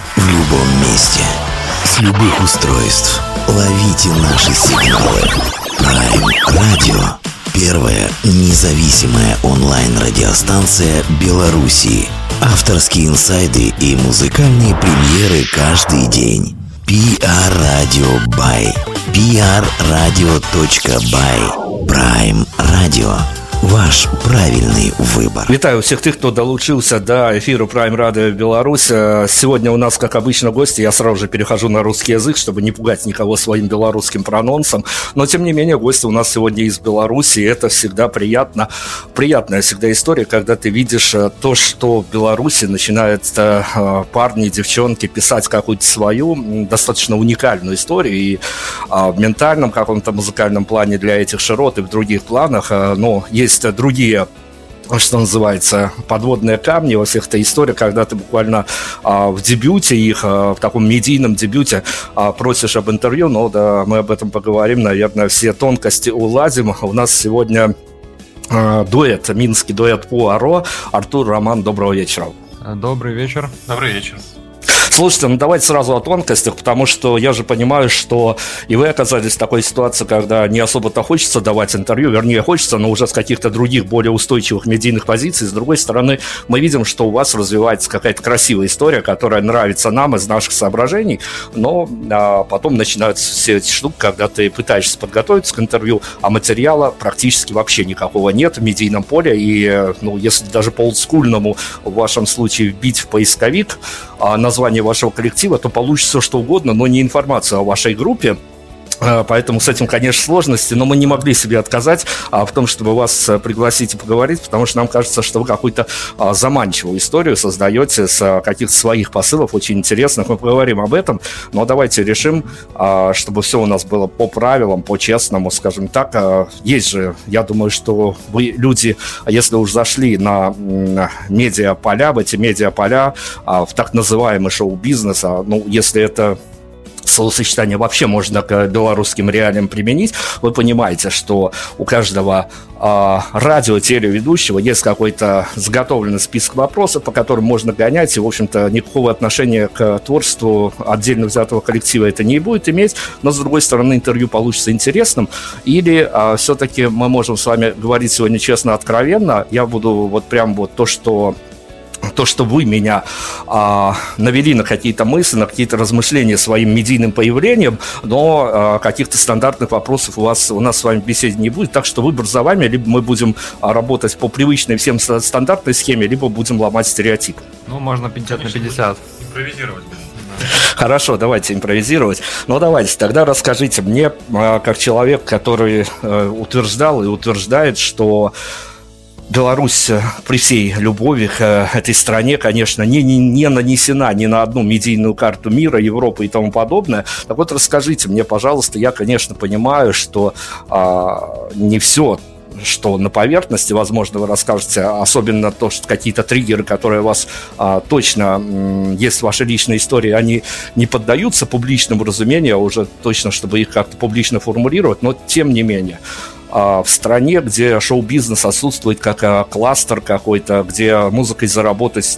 В любом месте, с любых устройств. Ловите наши сигналы. Prime Radio. Первая независимая онлайн-радиостанция Беларуси. Авторские инсайды и музыкальные премьеры каждый день. PR Radio by prradio.by. Prime Radio. Ваш правильный выбор. Вітаю всех тех, кто долучился до эфира Prime Radio Беларусь. Сегодня у нас, как обычно, гости. Я сразу же перехожу на русский язык, чтобы не пугать никого своим белорусским прононсом. Но, тем не менее, гости у нас сегодня из Беларуси. И это всегда приятно. Приятная всегда история, когда ты видишь то, что в Беларуси начинают парни, девчонки писать какую-то свою достаточно уникальную историю. И в ментальном каком-то музыкальном плане для этих широт и в других планах. Но есть другие, что называется, подводные камни во всех этой истории, когда ты буквально в дебюте их, в таком медийном дебюте просишь об интервью, но да, мы об этом поговорим, наверное, все тонкости уладим. У нас сегодня дуэт, минский дуэт Пуаро. Артур, Роман, доброго вечера. Добрый вечер. Добрый вечер. Слушайте, ну давайте сразу о тонкостях, потому что я же понимаю, что и вы оказались в такой ситуации, когда не особо-то хочется давать интервью, вернее, хочется, но уже с каких-то других, более устойчивых медийных позиций. С другой стороны, мы видим, что у вас развивается какая-то красивая история, которая нравится нам из наших соображений, но потом начинаются все эти штуки, когда ты пытаешься подготовиться к интервью, а материала практически вообще никакого нет в медийном поле, и, ну, если даже по олдскульному в вашем случае вбить в поисковик название вашего коллектива, то получится что угодно, но не информация о вашей группе. Поэтому с этим, конечно, сложности, но мы не могли себе отказать в том, чтобы вас пригласить и поговорить, потому что нам кажется, что вы какую-то заманчивую историю создаете с каких-то своих посылов, очень интересных. Мы поговорим об этом, но давайте решим, чтобы все у нас было по правилам, по-честному, скажем так. Есть же, я думаю, что вы люди, если уж зашли на медиаполя, в эти медиаполя, в так называемый шоу-бизнес, ну, если это словосочетание вообще можно к белорусским реалиям применить, вы понимаете, что у каждого радио, телеведущего есть какой-то заготовленный список вопросов, по которым можно гонять, и, в общем-то, никакого отношения к творчеству отдельно взятого коллектива это не будет иметь, но, с другой стороны, интервью получится интересным, или все-таки мы можем с вами говорить сегодня честно, откровенно, я буду вот прям вот то, что вы меня навели на какие-то мысли, на какие-то размышления своим медийным появлением, но каких-то стандартных вопросов у нас с вами в беседе не будет, так что выбор за вами, либо мы будем работать по привычной всем стандартной схеме, либо будем ломать стереотипы. Ну, можно 50 на 50. Импровизировать будем. Хорошо, давайте импровизировать. Ну, давайте, тогда расскажите мне, как человек, который утверждал и утверждает, что Беларусь при всей любови к этой стране, конечно, не нанесена ни на одну медийную карту мира, Европы и тому подобное. Так вот, расскажите мне, пожалуйста, я, конечно, понимаю, что не все, что на поверхности, возможно, вы расскажете, особенно то, что какие-то триггеры, которые у вас точно есть в вашей личной истории, они не поддаются публичному разумению, а уже точно, чтобы их как-то публично формулировать, но тем не менее. В стране, где шоу-бизнес отсутствует как кластер какой-то, где музыкой заработать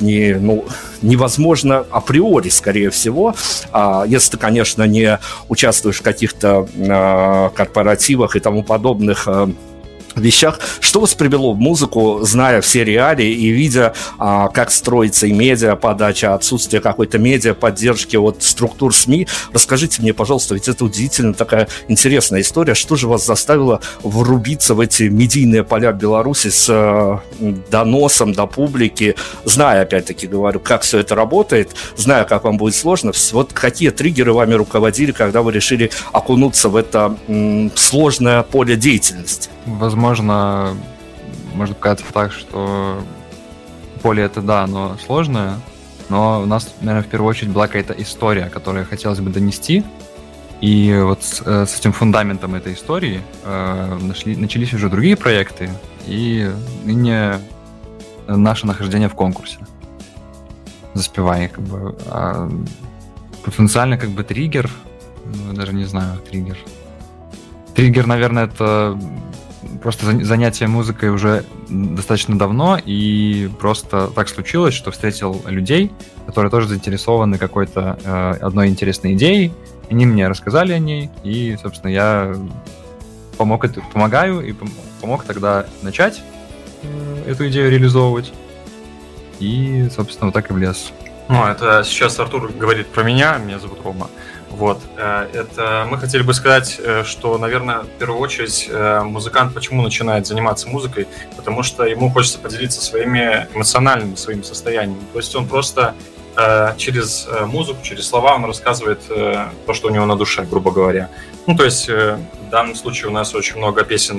невозможно априори, скорее всего, если ты, конечно, не участвуешь в каких-то корпоративах и тому подобных вещах. Что вас привело в музыку, зная все реалии и видя, как строится и медиа-подача, отсутствие какой-то медиа-поддержки от структур СМИ? Расскажите мне, пожалуйста, ведь это удивительно такая интересная история. Что же вас заставило врубиться в эти медийные поля Беларуси с доносом до публики, зная, опять-таки говорю, как все это работает, зная, как вам будет сложно? Вот какие триггеры вами руководили, когда вы решили окунуться в это сложное поле деятельности? Возможно, может показаться так, что поле это, да, оно сложное, но у нас, наверное, в первую очередь была какая-то история, которую хотелось бы донести, и вот с этим фундаментом этой истории начались уже другие проекты, и ныне наше нахождение в конкурсе «Заспевай», как бы, потенциально как бы триггер, даже не знаю, триггер, наверное, это просто занятие музыкой уже достаточно давно, и просто так случилось, что встретил людей, которые тоже заинтересованы какой-то одной интересной идеей. Они мне рассказали о ней, и, собственно, я помогаю и помог тогда начать эту идею реализовывать. И, собственно, вот так и влез. Ну, это сейчас Артур говорит про меня зовут Рома. Вот, это мы хотели бы сказать, что, наверное, в первую очередь музыкант почему начинает заниматься музыкой, потому что ему хочется поделиться своими своим состоянием. То есть он просто через музыку, через слова он рассказывает то, что у него на душе, грубо говоря. Ну, то есть в данном случае у нас очень много песен,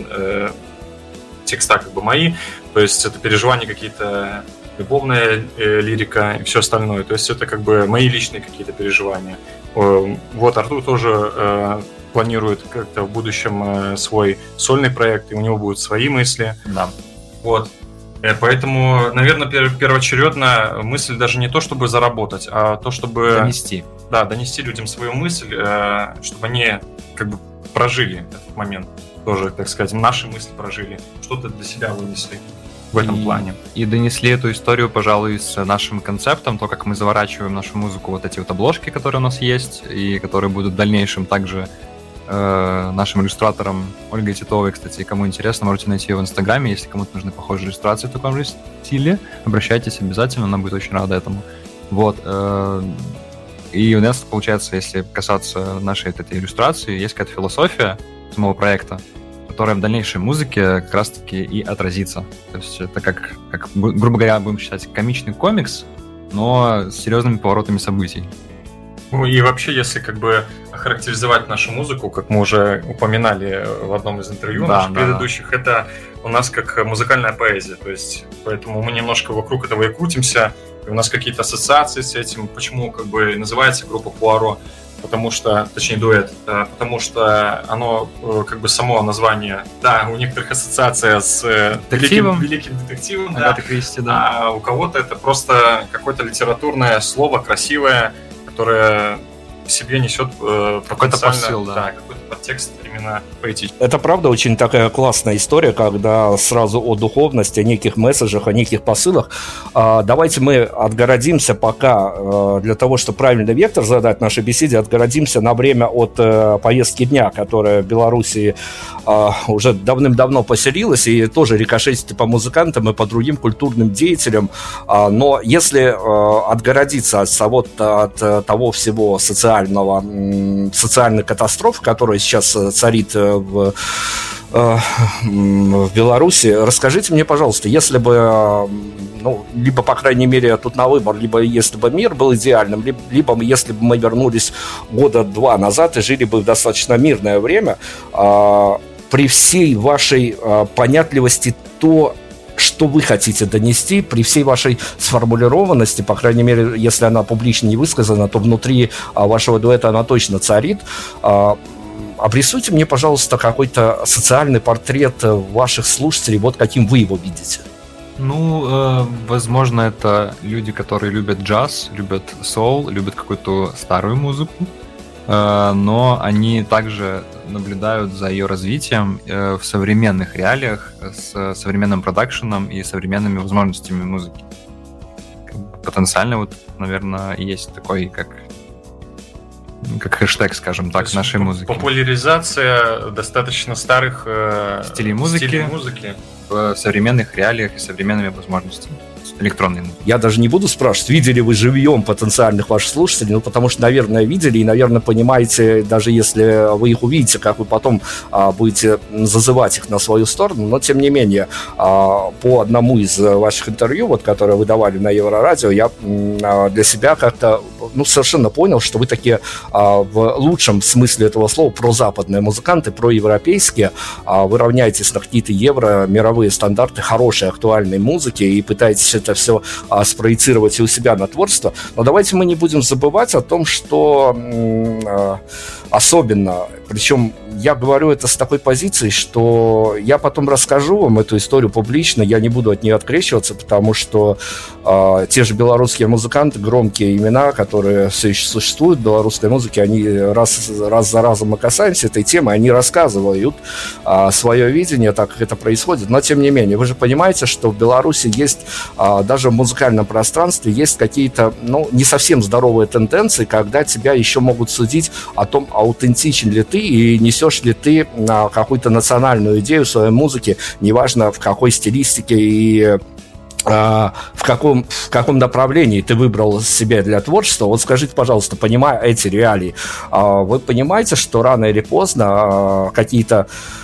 текста как бы мои, то есть это переживания какие-то, любовная лирика и все остальное. То есть это как бы мои личные какие-то переживания. Вот Артур тоже планирует как-то в будущем свой сольный проект, и у него будут свои мысли. Да. Вот. Поэтому, наверное, первоочередная мысль даже не то, чтобы заработать, а то, чтобы... Донести. Да, донести людям свою мысль, чтобы они как бы прожили этот момент. Тоже, так сказать, наши мысли прожили, что-то для себя вынесли в этом плане. И донесли эту историю, пожалуй, с нашим концептом, то, как мы заворачиваем нашу музыку, вот эти вот обложки, которые у нас есть, и которые будут в дальнейшем также нашим иллюстратором Ольгой Титовой, кстати, кому интересно, можете найти ее в Инстаграме, если кому-то нужны похожие иллюстрации в таком же стиле, обращайтесь обязательно, она будет очень рада этому. Вот. И у нас, получается, если касаться нашей этой иллюстрации, есть какая-то философия самого проекта, которая в дальнейшей музыке как раз-таки и отразится. То есть это как, грубо говоря, будем считать, комичный комикс, но с серьезными поворотами событий. Ну и вообще, если как бы охарактеризовать нашу музыку, как мы уже упоминали в одном из интервью наших предыдущих, это у нас как музыкальная поэзия. То есть поэтому мы немножко вокруг этого и крутимся. И у нас какие-то ассоциации с этим. Почему как бы называется группа Пуаро? Потому что, точнее, дуэт, потому что оно, как бы само название, да, у некоторых ассоциация с великим детективом, Агаты Кристи, да. А у кого-то это просто какое-то литературное слово, красивое, которое в себе несет какой-то посыл, да, какой-то подтекст именно поэтический. Это правда очень такая классная история, когда сразу о духовности, о неких месседжах, о неких посылах. Давайте мы отгородимся пока, для того, чтобы правильный вектор задать нашей беседе, отгородимся на время от повестки дня, которая в Беларуси уже давным-давно поселилась и тоже рикошетит и по музыкантам, и по другим культурным деятелям. Но если отгородиться от того всего социальной катастрофы, которая сейчас царит в Беларуси, расскажите мне, пожалуйста, если бы, либо, по крайней мере, тут на выбор, либо если бы мир был идеальным, либо если бы мы вернулись года 2 назад и жили бы в достаточно мирное время, при всей вашей понятливости, то, что вы хотите донести, при всей вашей сформулированности, по крайней мере, если она публично не высказана, то внутри вашего дуэта она точно царит. Обрисуйте мне, пожалуйста, какой-то социальный портрет ваших слушателей, вот каким вы его видите. Возможно, это люди, которые любят джаз, любят соул, любят какую-то старую музыку, но они также наблюдают за ее развитием в современных реалиях, с современным продакшеном и современными возможностями музыки. Потенциально, наверное, есть такой, как хэштег, скажем так, нашей музыки. Популяризация достаточно старых стилей музыки в современных реалиях и современными возможностями электронной музыки. Я даже не буду спрашивать, видели вы живьем потенциальных ваших слушателей, потому что, наверное, видели и, наверное, понимаете, даже если вы их увидите, как вы потом будете зазывать их на свою сторону, но, тем не менее, по одному из ваших интервью, которое вы давали на Еврорадио, я для себя как-то совершенно понял, что вы такие в лучшем смысле этого слова прозападные музыканты, проевропейские, вы равняетесь на какие-то мировые стандарты хорошей, актуальной музыки и пытаетесь это это все спроецировать и у себя на творчество. Но давайте мы не будем забывать о том, что особенно, причем я говорю это с такой позиции, что я потом расскажу вам эту историю публично, я не буду от нее открещиваться, потому что те же белорусские музыканты, громкие имена, которые все еще существуют в белорусской музыке, они раз за разом мы касаемся этой темы, они рассказывают свое видение, так как это происходит. Но тем не менее, вы же понимаете, что в Беларуси есть, даже в музыкальном пространстве, есть какие-то, не совсем здоровые тенденции, когда тебя еще могут судить о том, аутентичен ли ты и несешь ли ты какую-то национальную идею в своей музыке, неважно в какой стилистике и в каком направлении ты выбрал себе для творчества. Вот скажите, пожалуйста, понимая эти реалии, вы понимаете, что рано или поздно какие-то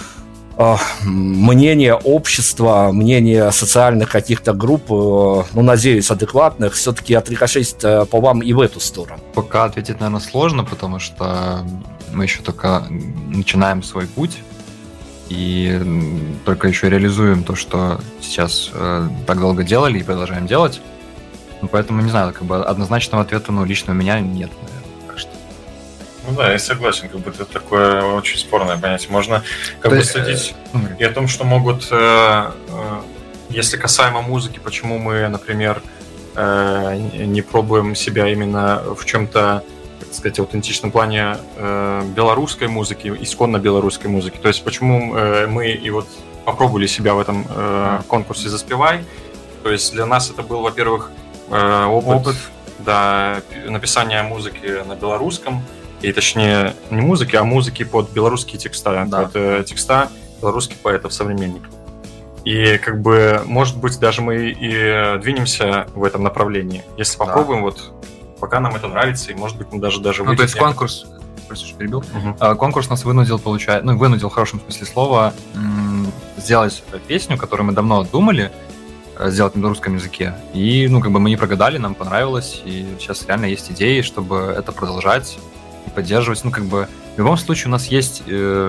мнение общества, мнение социальных каких-то групп, надеюсь, адекватных, все-таки отрикошетит по вам и в эту сторону? Пока ответить, наверное, сложно, потому что мы еще только начинаем свой путь и только еще реализуем то, что сейчас так долго делали и продолжаем делать. Поэтому, не знаю, однозначного ответа, лично у меня нет, наверное. Да, я согласен, это такое очень спорное понятие. Можно судить и о том, что могут, если касаемо музыки, почему мы, например, не пробуем себя именно в чем-то, так сказать, аутентичном плане белорусской музыки, исконно белорусской музыки. То есть почему мы и попробовали себя в этом конкурсе «Заспевай». То есть для нас это был, во-первых, опыт написания музыки на белорусском. И точнее, не музыки, а музыки под белорусские текста. Да. Под текста белорусских поэтов-современников. И может быть, даже мы и двинемся в этом направлении. Если попробуем, пока нам это нравится, и может быть, мы даже выйдем. То есть конкурс, прости, перебил. Конкурс нас вынудил вынудил в хорошем смысле слова сделать песню, которую мы давно думали сделать на белорусском языке. И, мы не прогадали, нам понравилось, и сейчас реально есть идеи, чтобы это продолжать и поддерживать. В любом случае у нас есть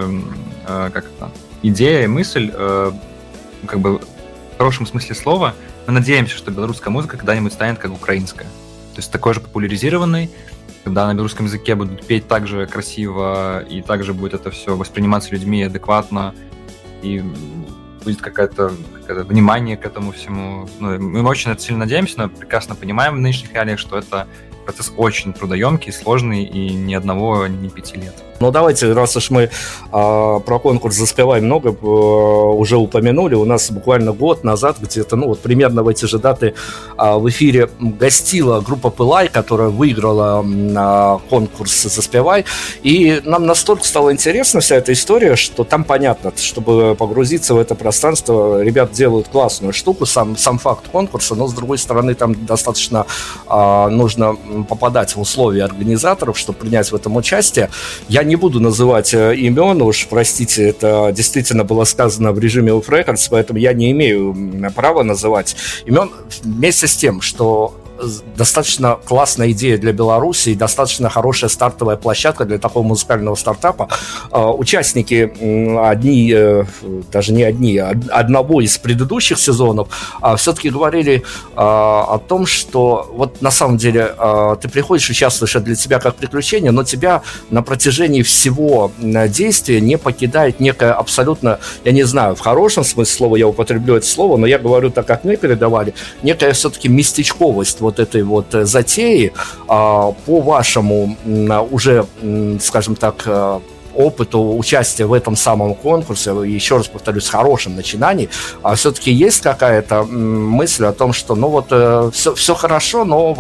идея и мысль, в хорошем смысле слова. Мы надеемся, что белорусская музыка когда-нибудь станет как украинская. То есть такой же популяризированной, когда на белорусском языке будут петь так же красиво, и также будет это все восприниматься людьми адекватно, и будет какое-то внимание к этому всему. Мы очень это сильно надеемся, но прекрасно понимаем в нынешних реалиях, что это процесс очень трудоемкий, сложный и ни одного, ни 5 лет. Давайте, раз уж мы про конкурс «Заспевай» много уже упомянули, у нас буквально год назад, где-то, примерно в эти же даты в эфире гостила группа «Пылай», которая выиграла конкурс «Заспевай», и нам настолько стало интересна вся эта история, что там понятно, чтобы погрузиться в это пространство, ребят делают классную штуку, сам факт конкурса, но, с другой стороны, там достаточно нужно попадать в условия организаторов, чтобы принять в этом участие. Я не буду называть имен, уж простите, это действительно было сказано в режиме Off Records, поэтому я не имею права называть имен, вместе с тем, что достаточно классная идея для Беларуси и достаточно хорошая стартовая площадка для такого музыкального стартапа. Участники одного из предыдущих сезонов все-таки говорили о том, что на самом деле ты приходишь, участвуешь для тебя как приключение, но тебя на протяжении всего действия не покидает некое абсолютно, я не знаю, в хорошем смысле слова я употреблю это слово, но я говорю так, как мне передавали, некая все-таки местечковость этой затеи по вашему уже, скажем так, опыту участия в этом самом конкурсе, еще раз повторюсь, с хорошим начинанием, все-таки есть какая-то мысль о том, что все хорошо, но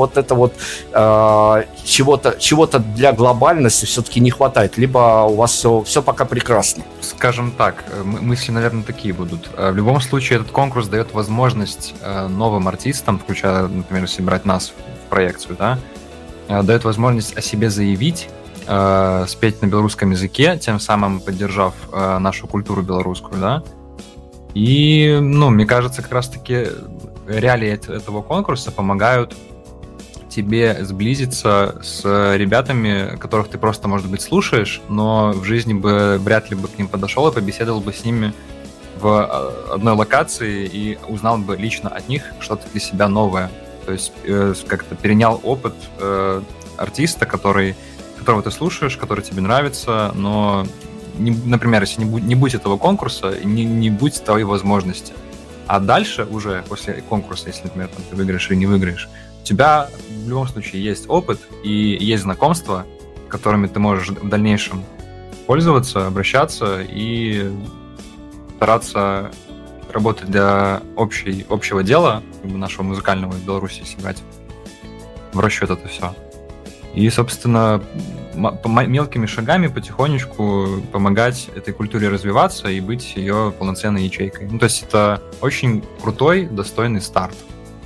чего-то для глобальности все-таки не хватает, либо у вас все пока прекрасно? Скажем так, мысли, наверное, такие будут. В любом случае, этот конкурс дает возможность новым артистам, включая, например, если брать нас в проекцию, дает возможность о себе заявить, спеть на белорусском языке, тем самым поддержав нашу культуру белорусскую, И, мне кажется, как раз-таки реалии этого конкурса помогают тебе сблизиться с ребятами, которых ты просто, может быть, слушаешь, но в жизни бы вряд ли бы к ним подошел и побеседовал бы с ними в одной локации и узнал бы лично от них что-то для себя новое. То есть как-то перенял опыт артиста, которого ты слушаешь, который тебе нравится, но, например, если не будет этого конкурса, не будет той возможности. А дальше уже, после конкурса, если, например, там, ты выиграешь или не выиграешь, у тебя в любом случае есть опыт и есть знакомства, которыми ты можешь в дальнейшем пользоваться, обращаться и стараться работать для общего дела, нашего музыкального в Беларуси, если брать в расчет это все. И, собственно, мелкими шагами потихонечку помогать этой культуре развиваться и быть ее полноценной ячейкой. Ну, то есть это очень крутой, достойный старт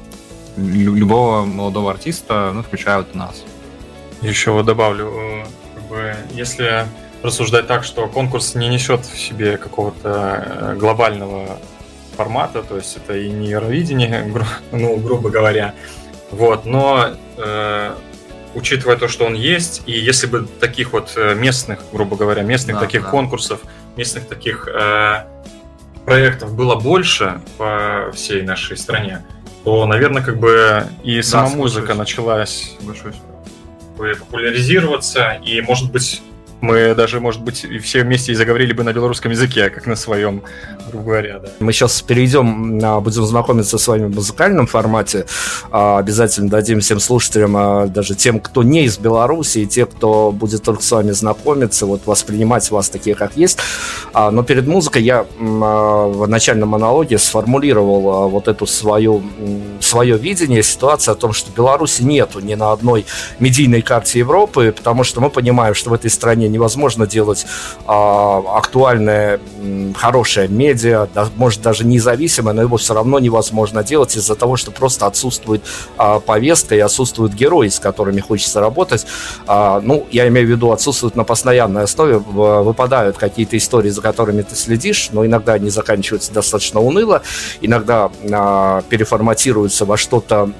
любого молодого артиста, ну, включая вот нас. Еще вот добавлю, если рассуждать так, что конкурс не несет в себе какого-то глобального формата, то есть это и не Евровидение, грубо говоря, вот, но учитывая то, что он есть, и если бы таких вот местных, грубо говоря, конкурсов, местных таких проектов было больше по всей нашей стране, то, наверное, как бы и сама музыка началась популяризироваться, и, может быть, мы даже, все вместе и заговорили бы на белорусском языке, как на своем, грубо говоря, да. Мы сейчас перейдем, будем знакомиться с вами в музыкальном формате. Обязательно дадим всем слушателям, даже тем, кто не из Беларуси, и те, кто будет только с вами знакомиться, вот воспринимать вас такие, как есть. Но перед музыкой я в начальном монологе сформулировал вот эту свое видение ситуации о том, что Беларуси нету ни на одной медийной карте Европы, потому что мы понимаем, что в этой стране невозможно делать актуальное, хорошее медиа, может даже независимое, но его все равно невозможно делать из-за того, что просто отсутствует повестка и отсутствуют герои, с которыми хочется работать. Я имею в виду, отсутствуют на постоянной основе, выпадают какие-то истории, за которыми ты следишь, но иногда они заканчиваются достаточно уныло, иногда переформатируются во что-то,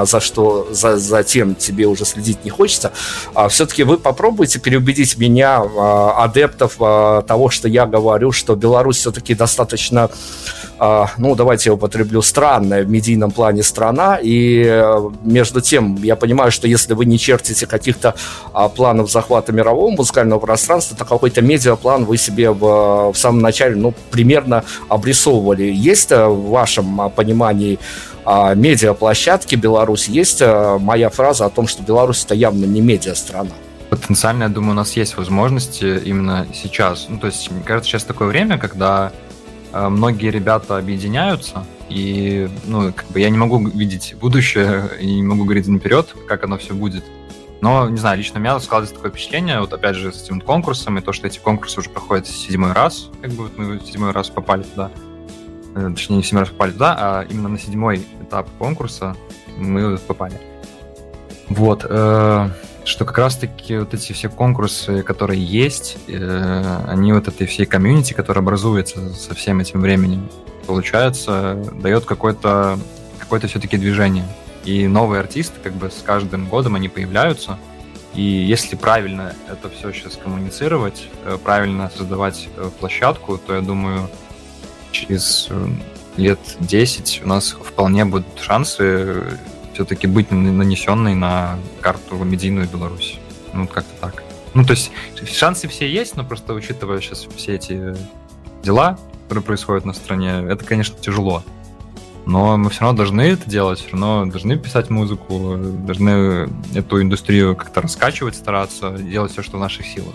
за тем тебе уже следить не хочется. Все-таки вы попробуйте переубедить меня, адептов того, что я говорю, что Беларусь все-таки достаточно, давайте я употреблю, странная в медийном плане страна, и между тем я понимаю, что если вы не чертите каких-то планов захвата мирового музыкального пространства, то какой-то медиаплан вы себе в самом начале, примерно обрисовывали. Есть в вашем понимании медиаплощадки Беларуси, есть моя фраза о том, что Беларусь это явно не медиа-страна? Потенциально, я думаю, у нас есть возможности именно сейчас. То есть, мне кажется, сейчас такое время, когда многие ребята объединяются, и, я не могу видеть будущее и не могу говорить наперед, как оно все будет. Но, не знаю, лично у меня складывается такое впечатление, вот опять же, с этим конкурсом, и то, что эти конкурсы уже проходят 7-й раз, мы в 7-й раз попали туда. Точнее, не в 7 раз попали туда, а именно на 7-й этап конкурса мы попали. Вот. Что как раз-таки вот эти все конкурсы, которые есть, они вот этой всей комьюнити, которая образуется со всем этим временем, получается, дает какое-то все-таки движение. И новые артисты, с каждым годом они появляются. И если правильно это все сейчас коммуницировать, правильно создавать площадку, то, я думаю, через лет 10 у нас вполне будут шансы все-таки быть нанесенной на карту медийную Беларуси. Как-то так. То есть шансы все есть, но просто учитывая сейчас все эти дела, которые происходят на стране, это, конечно, тяжело. Но мы все равно должны это делать, все равно должны писать музыку, должны эту индустрию как-то раскачивать, стараться, делать все, что в наших силах.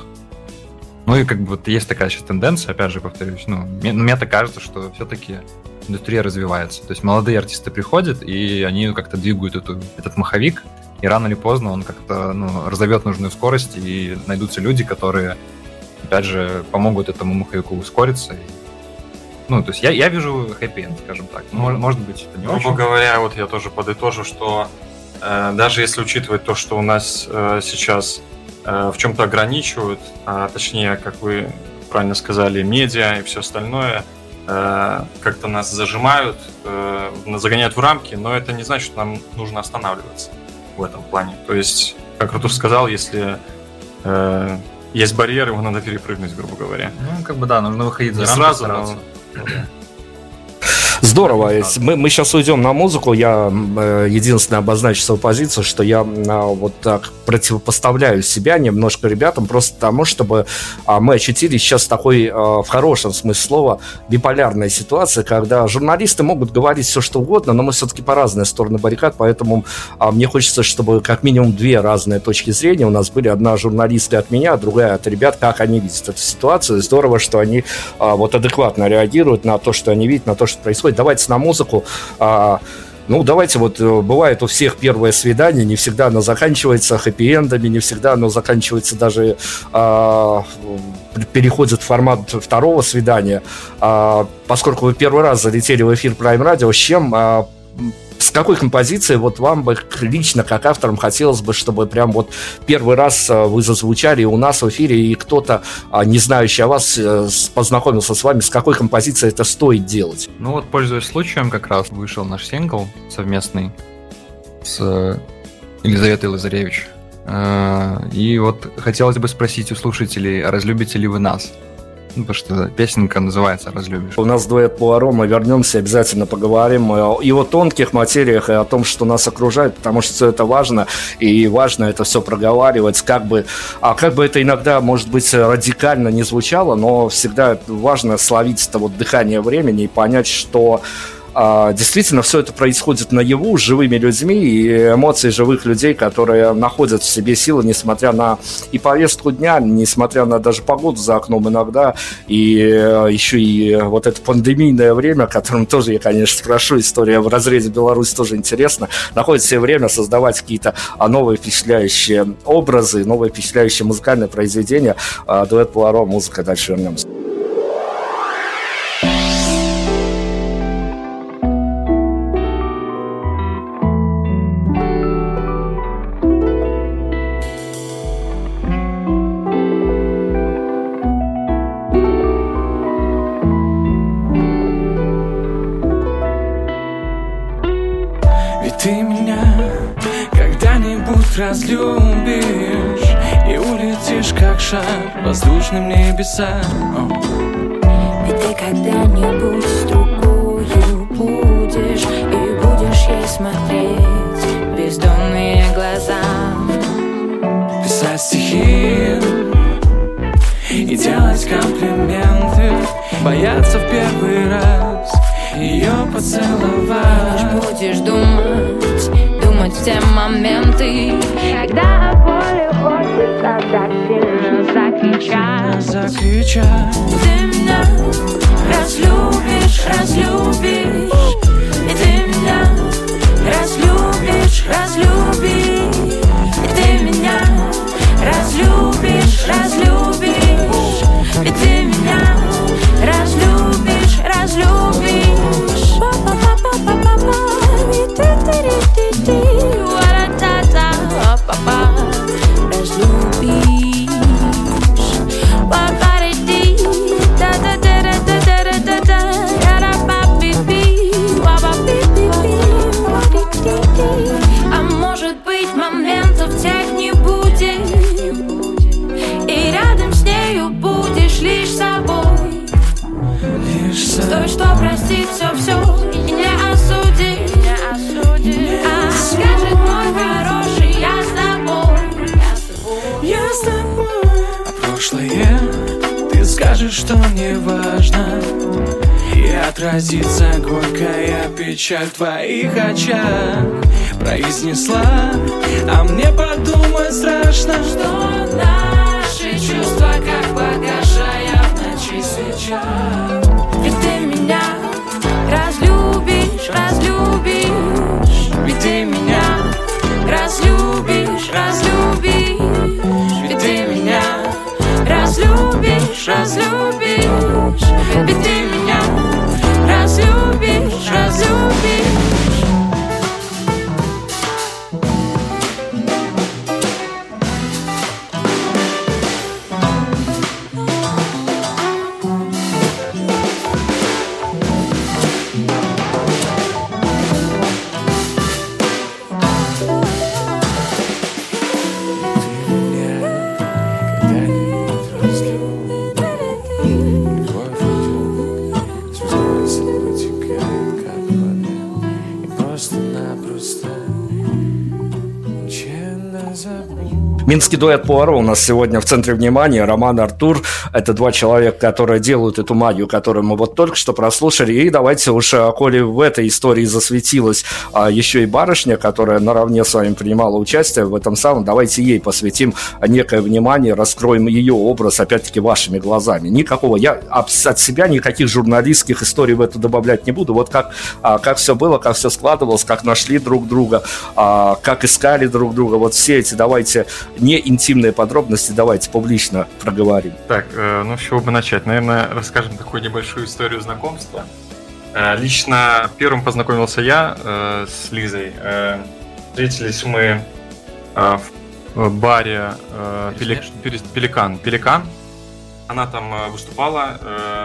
И есть такая сейчас тенденция, опять же, повторюсь, мне так кажется, что все-таки индустрия развивается. То есть молодые артисты приходят, и они как-то двигают этот маховик, и рано или поздно он как-то разовьет нужную скорость, и найдутся люди, которые, опять же, помогут этому маховику ускориться. То есть я вижу хэппи-энд, скажем так. Может быть, это не очень. Грубо говоря, вот я тоже подытожу, что даже если учитывать то, что у нас сейчас в чем-то ограничивают, точнее, как вы правильно сказали, медиа и все остальное, как-то нас зажимают, загоняют в рамки, но это не значит, что нам нужно останавливаться в этом плане. То есть, как Артур сказал, если есть барьер, его надо перепрыгнуть, грубо говоря. Нужно выходить за рамки, сразу, стараться. Здорово. Мы сейчас уйдем на музыку. Я единственное обозначу свою позицию, что я вот так противопоставляю себя немножко ребятам, просто потому, чтобы мы очутились сейчас в такой, в хорошем смысле слова, биполярной ситуации, когда журналисты могут говорить все, что угодно, но мы все-таки по разные стороны баррикад, поэтому мне хочется, чтобы как минимум две разные точки зрения у нас были. Одна журналистка от меня, другая от ребят, как они видят эту ситуацию. Здорово, что они вот адекватно реагируют на то, что они видят, на то, что происходит. Давайте на музыку. Ну, давайте, вот бывает у всех первое свидание, не всегда оно заканчивается хэппи-эндами, не всегда оно заканчивается даже переходит в формат второго свидания. Поскольку вы первый раз залетели в эфир Prime Radio, с какой композицией вот вам бы лично, как авторам, хотелось бы, чтобы прям вот первый раз вы зазвучали у нас в эфире, и кто-то, не знающий о вас, познакомился с вами, с какой композицией это стоит делать? Ну вот, пользуясь случаем, как раз вышел наш сингл совместный с Елизаветой Лазаревич. И вот хотелось бы спросить у слушателей, а разлюбите ли вы нас? Ну, потому что песенка называется «Разлюбишь». У нас дуэт Пуаро, мы вернемся, обязательно поговорим и о тонких материях, и о том, что нас окружает, потому что все это важно, и важно это все проговаривать, как бы это иногда, может быть, радикально не звучало, но всегда важно словить это вот дыхание времени и понять, что действительно все это происходит наяву, с живыми людьми, и эмоции живых людей, которые находят в себе силы, несмотря на и повестку дня, несмотря на даже погоду за окном иногда, и еще и вот это пандемийное время, о котором тоже я, конечно, спрошу, история в разрезе Беларуси тоже интересна, находит в себе время создавать какие-то новые впечатляющие образы, новые впечатляющие музыкальные произведения. Дуэт Пуаро, музыка, дальше вернемся. Разлюбишь и улетишь, как шар воздушным небесам. Ведь ты когда-нибудь с другою будешь, и будешь ей смотреть в бездонные глаза. Писать стихи и делать комплименты, бояться в первый раз ее поцеловать. Будешь думать в те моменты, когда от боли хочется так сильно закричать. Ты меня разлюбишь, разлюбишь, и ты меня разлюбишь, разлюбишь, и ты меня разлюбишь, разлюбишь, и ты меня разлюбишь, разлюбишь. А может быть, моментов тех не будет, и рядом с нею будешь лишь собой. Стой, что простит все и не осудит. Скажет мой хороший, я с тобой. Я с тобой. А прошлое ты скажешь, что не важно, и отразится горькая печаль в твоих очах. Произнесла, а мне подумать страшно, что наши чувства, как погашая в ночи свеча. Ведь ты меня разлюбишь, разлюбишь, ведь ты меня разлюбишь, разлюбишь, ведь ты меня разлюбишь, разлюбишь, ведь ты меня разлюбишь, разлюбишь. Минский дуэт Пуаро у нас сегодня в центре внимания. Роман, Артур. Это два человека, которые делают эту магию, которую мы вот только что прослушали. И давайте уж, коли в этой истории засветилась еще и барышня, которая наравне с вами принимала участие в этом самом, давайте ей посвятим некое внимание, раскроем ее образ, опять-таки, вашими глазами. Никакого, я от себя никаких журналистских историй в это добавлять не буду. Вот как все было, как все складывалось, как нашли друг друга, как искали друг друга. Вот все эти, давайте, не интимные подробности, давайте публично проговорим. Так, ну с чего бы начать? Наверное, расскажем такую небольшую историю знакомства. Лично первым познакомился я с Лизой. Встретились мы в баре Пеликан. Она там выступала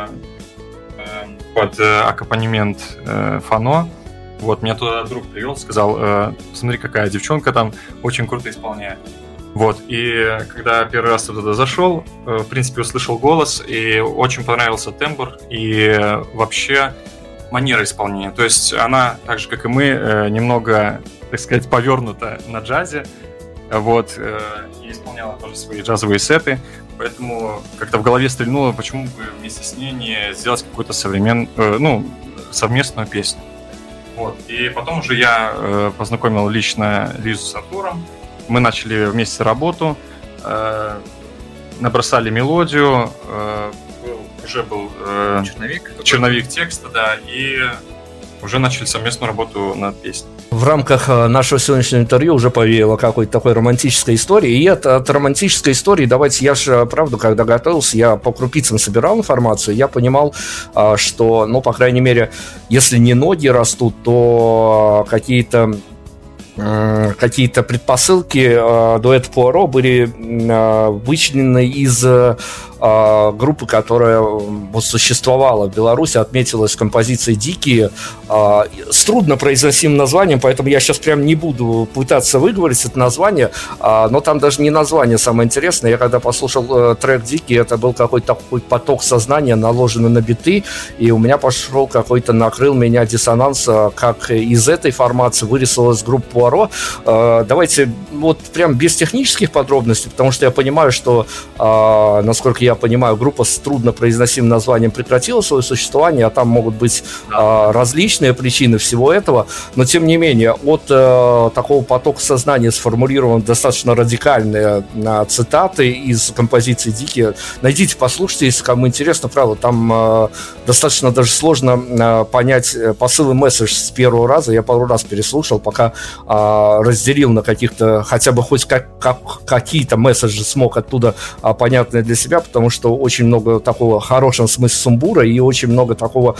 под аккомпанемент Фано. Вот, меня туда друг привел, сказал: смотри, какая девчонка там, очень круто исполняет. Вот, и когда первый раз туда зашел, в принципе, услышал голос, и очень понравился тембр, и вообще манера исполнения. То есть она, так же, как и мы, немного, так сказать, повернута на джазе, вот, и исполняла тоже свои джазовые сеты, поэтому как-то в голове стрельнуло, почему бы вместе с ней не сделать какую-то совместную песню. Вот. И потом уже я познакомил лично Лизу с Артуром. Мы начали вместе работу, набросали мелодию, уже был черновик текста, да, и уже начали совместную работу над песней. В рамках нашего сегодняшнего интервью уже повеяло какой-то такой романтической истории. И от романтической истории, давайте, я же, правда, когда готовился, я по крупицам собирал информацию, я понимал, что, ну, по крайней мере, если не ноги растут, то какие-то предпосылки дуэта Пуаро были вычленены из группы, которая существовала в Беларуси, отметилась композицией «Дикие», с труднопроизносимым названием, поэтому я сейчас прям не буду пытаться выговорить это название, но там даже не название самое интересное. Я когда послушал трек «Дикие», это был какой-то такой поток сознания, наложенный на биты, и у меня пошел какой-то, накрыл меня диссонанс, как из этой формации вырисовалась группа Пуаро. Давайте вот прям без технических подробностей, потому что я понимаю, что, насколько я понимаю, группа с труднопроизносимым названием прекратила свое существование, а там могут быть различные причины всего этого, но тем не менее от такого потока сознания сформулированы достаточно радикальные цитаты из композиции «Дикие». Найдите, послушайте, если кому интересно, правда, там достаточно даже сложно понять посыл и месседж с первого раза. Я пару раз переслушал, пока разделил на каких-то, хотя бы хоть какие-то месседжи смог оттуда понятные для себя, потому что очень много такого в хорошем смысле сумбура и очень много такого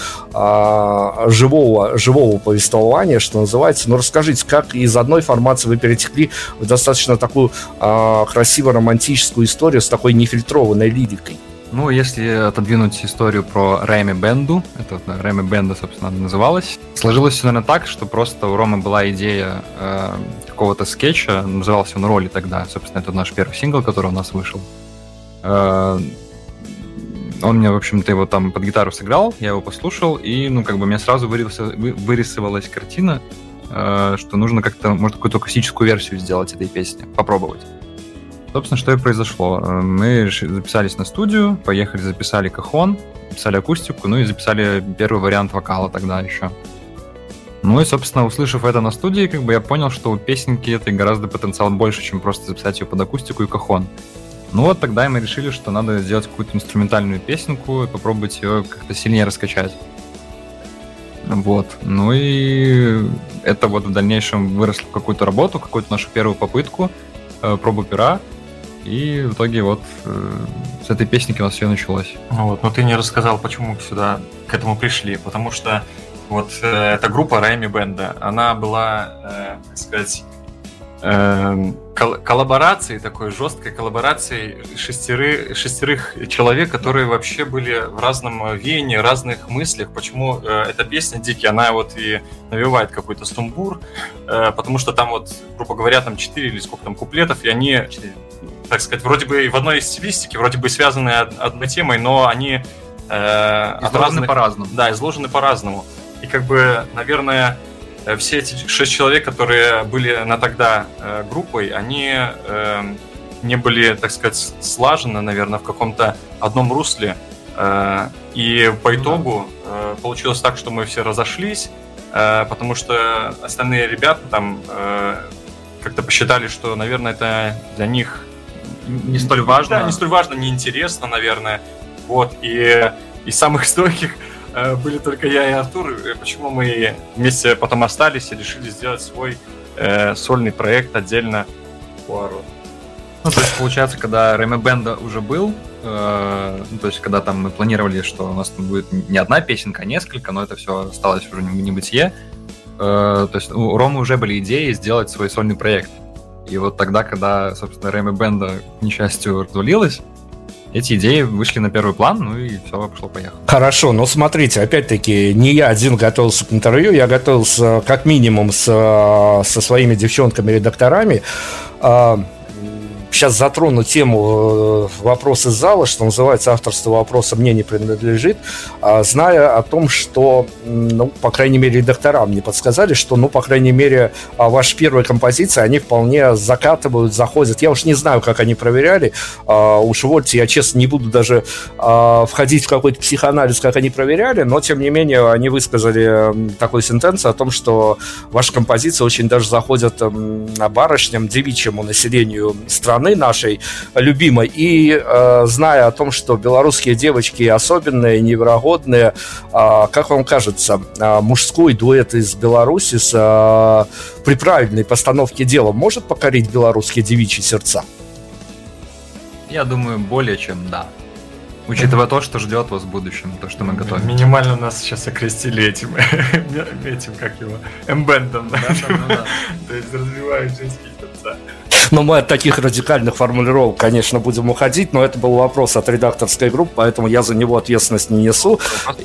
живого повествования, что называется. Но расскажите, как из одной формации вы перетекли в достаточно такую красиво-романтическую историю с такой нефильтрованной лирикой? Ну, если отодвинуть историю про Рэми Бенду, это Рэми Бенда, собственно, она называлась, сложилось все, наверное, так, что просто у Ромы была идея какого-то скетча, назывался он «Роли» тогда, собственно, это наш первый сингл, который у нас вышел. Он мне, в общем-то, его там под гитару сыграл, я его послушал, и, ну, как бы, мне сразу вырисовалась картина, что нужно как-то, может, какую-то акустическую версию сделать этой песни, попробовать. Собственно, что и произошло. Мы записались на студию, поехали, записали кахон, записали акустику, ну и записали первый вариант вокала тогда еще. Ну и, собственно, услышав это на студии, как бы я понял, что у песенки этой гораздо потенциал больше, чем просто записать ее под акустику и кахон. Ну вот тогда мы решили, что надо сделать какую-то инструментальную песенку и попробовать ее как-то сильнее раскачать. Вот. Ну и это вот в дальнейшем выросло в какую-то работу, какую-то нашу первую попытку, пробу пера. И в итоге вот с этой песенки у нас все началось. Вот, но ты не рассказал, почему сюда к этому пришли. Потому что вот эта группа Рэми Бенда, она была, так сказать, коллаборацией, такой жесткой коллаборацией шестерых человек, которые вообще были в разном веянии, разных мыслях. Почему эта песня «Дикий», она вот и навевает какой-то сумбур, потому что там вот, грубо говоря, там 4 или сколько там куплетов, и они, так сказать, вроде бы в одной стилистике, вроде бы связаны одной темой, но они изложены по-разному. Да, изложены по-разному. И как бы, наверное, все эти 6 человек, которые были на тогда группой, они не были, так сказать, слажены, наверное, в каком-то одном русле. И по итогу получилось так, что мы все разошлись, потому что остальные ребята там как-то посчитали, что, наверное, это для них Не столь важно. Да, не столь важно, неинтересно, наверное. Вот, и из самых стойких были только я и Артур. Почему мы вместе потом остались и решили сделать свой сольный проект отдельно Пуаро. Ну, то есть, получается, когда Рэме Бенда уже был, то есть, когда там мы планировали, что у нас там будет не одна песенка, а несколько, но это все осталось уже в небытие, то есть у Ромы уже были идеи сделать свой сольный проект. И вот тогда, когда, собственно, Рэме Бенда, к несчастью, развалилась, эти идеи вышли на первый план, ну и все, пошло-поехало. Хорошо, но смотрите, опять-таки, не я один готовился к интервью, я готовился как минимум со своими девчонками-редакторами. Сейчас затрону тему вопроса из зала, что называется, авторство вопроса мне не принадлежит, зная о том, что, ну, по крайней мере, редактора мне подсказали, что, ну, по крайней мере, ваши первые композиции, они вполне закатывают, заходят. Я уж не знаю, как они проверяли, уж вот, я, честно, не буду даже входить в какой-то психоанализ, как они проверяли, но, тем не менее, они высказали такую сентенцию о том, что ваши композиции очень даже заходят барышням, девичьему населению страны нашей любимой, и зная о том, что белорусские девочки особенные, невероятные, как вам кажется, мужской дуэт из Беларуси при правильной постановке дела может покорить белорусские девичьи сердца? Я думаю, более чем да. Учитывая то, что ждет вас в будущем, то, что мы готовим. Минимально нас сейчас окрестили этим как его, эмбендом. То есть развивают женские сердца. Но мы от таких радикальных формулировок, конечно, будем уходить, но это был вопрос от редакторской группы, поэтому я за него ответственность не несу.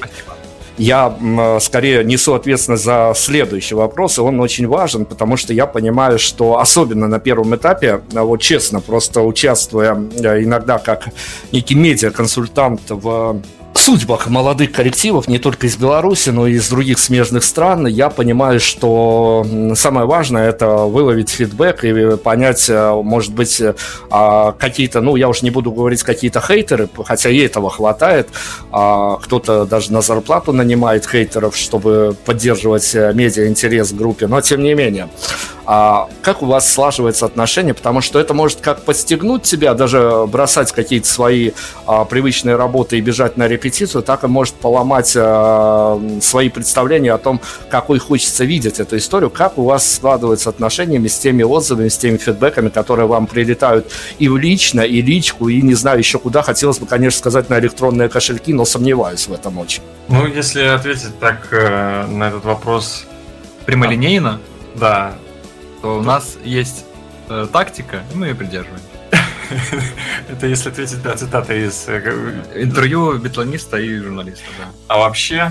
Я скорее несу ответственность за следующий вопрос, и он очень важен, потому что я понимаю, что особенно на первом этапе, вот честно, просто участвуя иногда как некий медиаконсультант в судьбах молодых коллективов, не только из Беларуси, но и из других смежных стран, я понимаю, что самое важное — это выловить фидбэк и понять, может быть, какие-то, ну, я уж не буду говорить какие-то хейтеры, хотя и этого хватает, кто-то даже на зарплату нанимает хейтеров, чтобы поддерживать медиа-интерес к группе, но тем не менее. Как у вас слаживаются отношения? Потому что это может как подстегнуть тебя, даже бросать какие-то свои привычные работы и бежать на репетицию, так и может поломать свои представления о том, какой хочется видеть эту историю. Как у вас складываются отношения с теми отзывами, с теми фидбэками, которые вам прилетают и в лично, и личку, и не знаю еще куда. Хотелось бы, конечно, сказать на электронные кошельки, но сомневаюсь в этом очень. Ну, если ответить так на этот вопрос прямолинейно, да, то у нас есть тактика, и мы ее придерживаем. Это если ответить, да, цитата из интервью битлониста и журналиста, да. А вообще,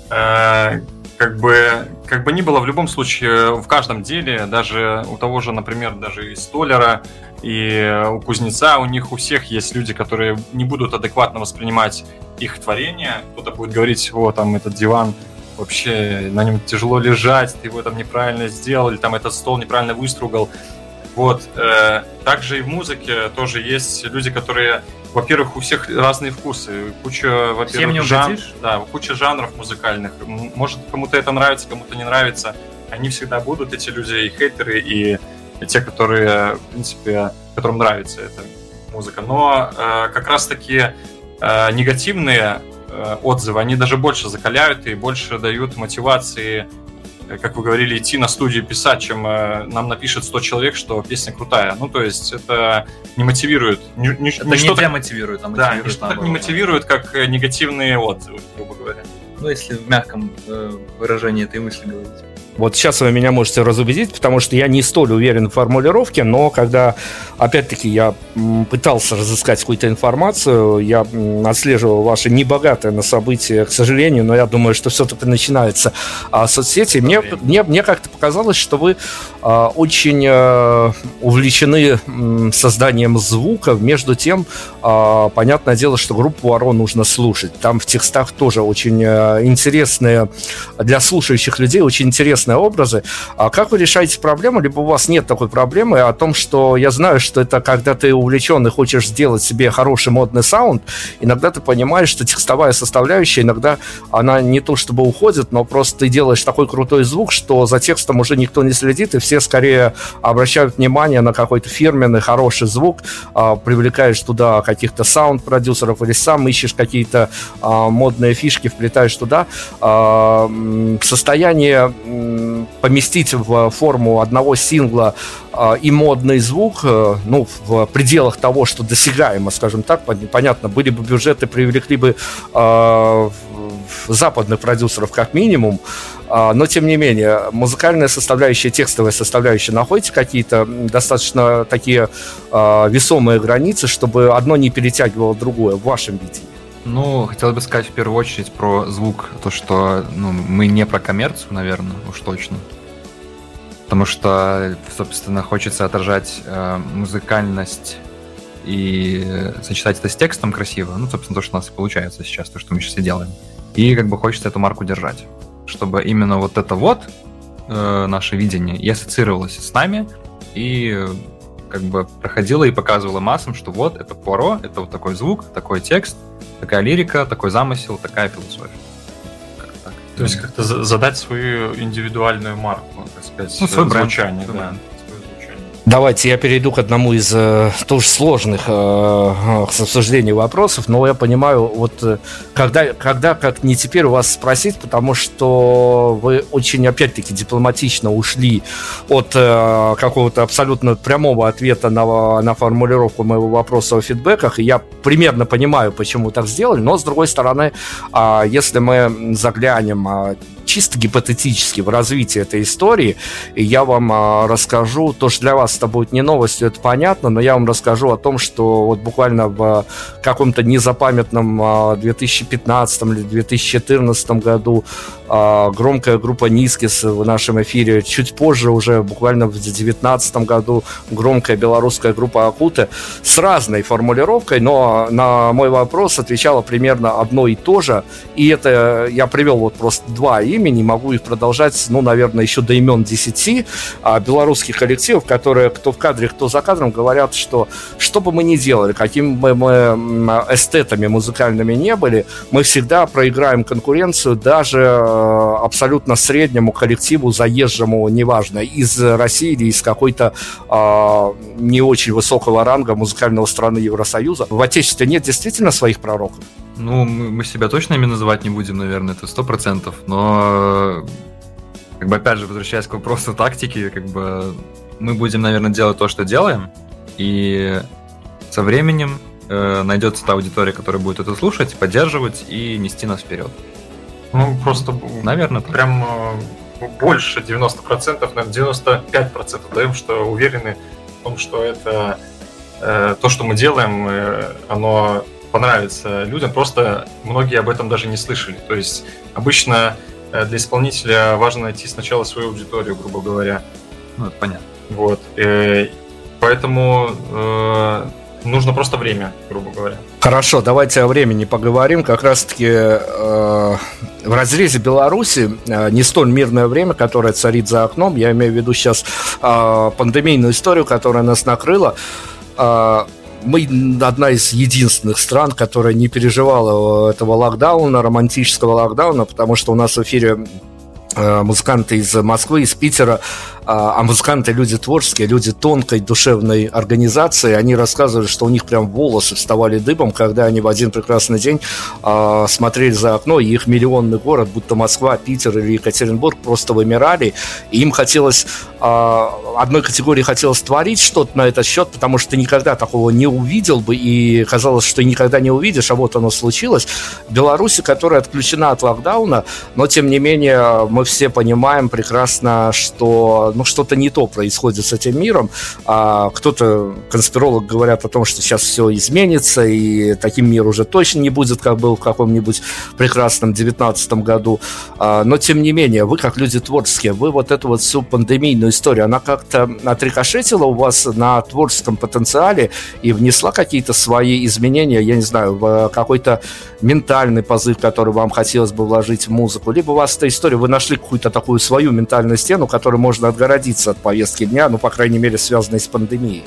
как бы ни было, в любом случае, в каждом деле, даже у того же, например, даже и столяра, и у кузнеца, у них у всех есть люди, которые не будут адекватно воспринимать их творение. Кто-то будет говорить: вот там этот диван, вообще на нем тяжело лежать, ты его там неправильно сделал, или там этот стол неправильно выстругал. Вот. Также и в музыке тоже есть люди, которые, во-первых, у всех разные вкусы, куча, во-первых, куча жанров музыкальных. Может, кому-то это нравится, кому-то не нравится. Они всегда будут, эти люди, и хейтеры, и те, которые, в принципе, которым нравится эта музыка. Но как раз-таки негативные отзывы, они даже больше закаляют и больше дают мотивации, как вы говорили, идти на студию писать, чем нам напишет 100 человек, что песня крутая. Ну, то есть это не мотивирует. Это не тебя мотивирует, а мотивирует. Да, ничто так не мотивирует, как негативные отзывы, грубо говоря. Ну, если в мягком выражении этой мысли говорить. Вот сейчас вы меня можете разубедить, потому что я не столь уверен в формулировке, но когда, опять-таки, я пытался разыскать какую-то информацию, я отслеживал ваши небогатые на события, к сожалению, но я думаю, что все-таки начинается соцсети. Мне как-то показалось, что вы очень увлечены созданием звука. Между тем, понятное дело, что группу Пуаро нужно слушать. Там в текстах тоже очень интересные, для слушающих людей, очень интересные образы. А как вы решаете проблему? Либо у вас нет такой проблемы о том, что я знаю, что это когда ты увлечен и хочешь сделать себе хороший модный саунд, иногда ты понимаешь, что текстовая составляющая, иногда она не то чтобы уходит, но просто ты делаешь такой крутой звук, что за текстом уже никто не следит, и все скорее обращают внимание на какой-то фирменный хороший звук, привлекаешь туда каких-то саунд-продюсеров или сам ищешь какие-то модные фишки, вплетаешь туда. Состояние поместить в форму одного сингла и модный звук, ну, в пределах того, что досягаемо, скажем так, понятно, были бы бюджеты, привлекли бы западных продюсеров как минимум, но тем не менее, музыкальная составляющая, текстовая составляющая, находите какие-то достаточно такие весомые границы, чтобы одно не перетягивало другое в вашем видении? Ну, хотелось бы сказать в первую очередь про звук, то, что мы не про коммерцию, наверное, уж точно. Потому что, собственно, хочется отражать музыкальность и сочетать это с текстом красиво. Ну, собственно, то, что у нас и получается сейчас, то, что мы сейчас и делаем. И как бы хочется эту марку держать, чтобы именно вот это вот наше видение и ассоциировалось с нами, и как бы проходило и показывало массам, что вот это Пуаро, это вот такой звук, такой текст, такая лирика, такой замысел, такая философия. Так. То есть как-то задать свою индивидуальную марку, так сказать, ну, свой бренд, звучание. свой бренд. Давайте я перейду к одному из тоже сложных к обсуждению вопросов, но я понимаю, вот когда, как не теперь у вас спросить, потому что вы очень, опять-таки, дипломатично ушли от какого-то абсолютно прямого ответа на формулировку моего вопроса о фидбэках, и я примерно понимаю, почему так сделали, но, с другой стороны, если мы заглянем чисто гипотетически в развитие этой истории, и я вам расскажу, то, что для вас это будет не новостью, это понятно, но я вам расскажу о том, что вот буквально в каком-то незапамятном 2015 или 2014 году громкая группа Нискис в нашем эфире, чуть позже уже, буквально в 2019 году, громкая белорусская группа Акуте с разной формулировкой, но на мой вопрос отвечала примерно одно и то же, и это я привел вот просто два имени, могу их продолжать, ну, наверное, еще до имен 10 белорусских коллективов, которые кто в кадре, кто за кадром говорят, что бы мы ни делали, какими бы мы эстетами музыкальными не были, мы всегда проиграем конкуренцию даже абсолютно среднему коллективу, заезжему, неважно, из России или из какой-то не очень высокого ранга музыкального страны Евросоюза. В Отечестве нет действительно своих пророков? Ну, мы себя точно ими называть не будем, наверное, это 100%, но, как бы, опять же, возвращаясь к вопросу тактики, как бы, мы будем, наверное, делать то, что делаем, и со временем найдется та аудитория, которая будет это слушать, поддерживать и нести нас вперед. Ну, просто, наверное, прям больше 90%, наверное, 95% даем, что уверены в том, что это то, что мы делаем, оно понравится людям, просто многие об этом даже не слышали. То есть обычно для исполнителя важно найти сначала свою аудиторию, грубо говоря. Ну, это понятно. Вот. Поэтому нужно просто время, грубо говоря. Хорошо, давайте о времени поговорим. Как раз-таки в разрезе Беларуси не столь мирное время, которое царит за окном. Я имею в виду сейчас пандемийную историю, которая нас накрыла. Мы одна из единственных стран, которая не переживала этого локдауна, романтического локдауна, потому что у нас в эфире музыканты из Москвы, из Питера, а музыканты, люди творческие, люди тонкой душевной организации, они рассказывали, что у них прям волосы вставали дыбом, когда они в один прекрасный день смотрели за окно, и их миллионный город, будто Москва, Питер или Екатеринбург, просто вымирали, и им хотелось, одной категории хотелось творить что-то на этот счет, потому что ты никогда такого не увидел бы, и казалось, что ты никогда не увидишь, а вот оно случилось. В Беларуси, которая отключена от локдауна, но тем не менее мы все понимаем прекрасно, что что-то не то происходит с этим миром, а кто-то, конспиролог, говорят о том, что сейчас все изменится, и таким мир уже точно не будет, как был в каком-нибудь прекрасном 19 году. Но, тем не менее, вы, как люди творческие, вы вот эту вот всю пандемийную историю, она как-то отрикошетила у вас на творческом потенциале и внесла какие-то свои изменения, я не знаю, в какой-то ментальный позыв, который вам хотелось бы вложить в музыку, либо у вас эта история, вы нашли какую-то такую свою ментальную стену, которой можно отгородиться от повестки дня, ну, по крайней мере, связанной с пандемией?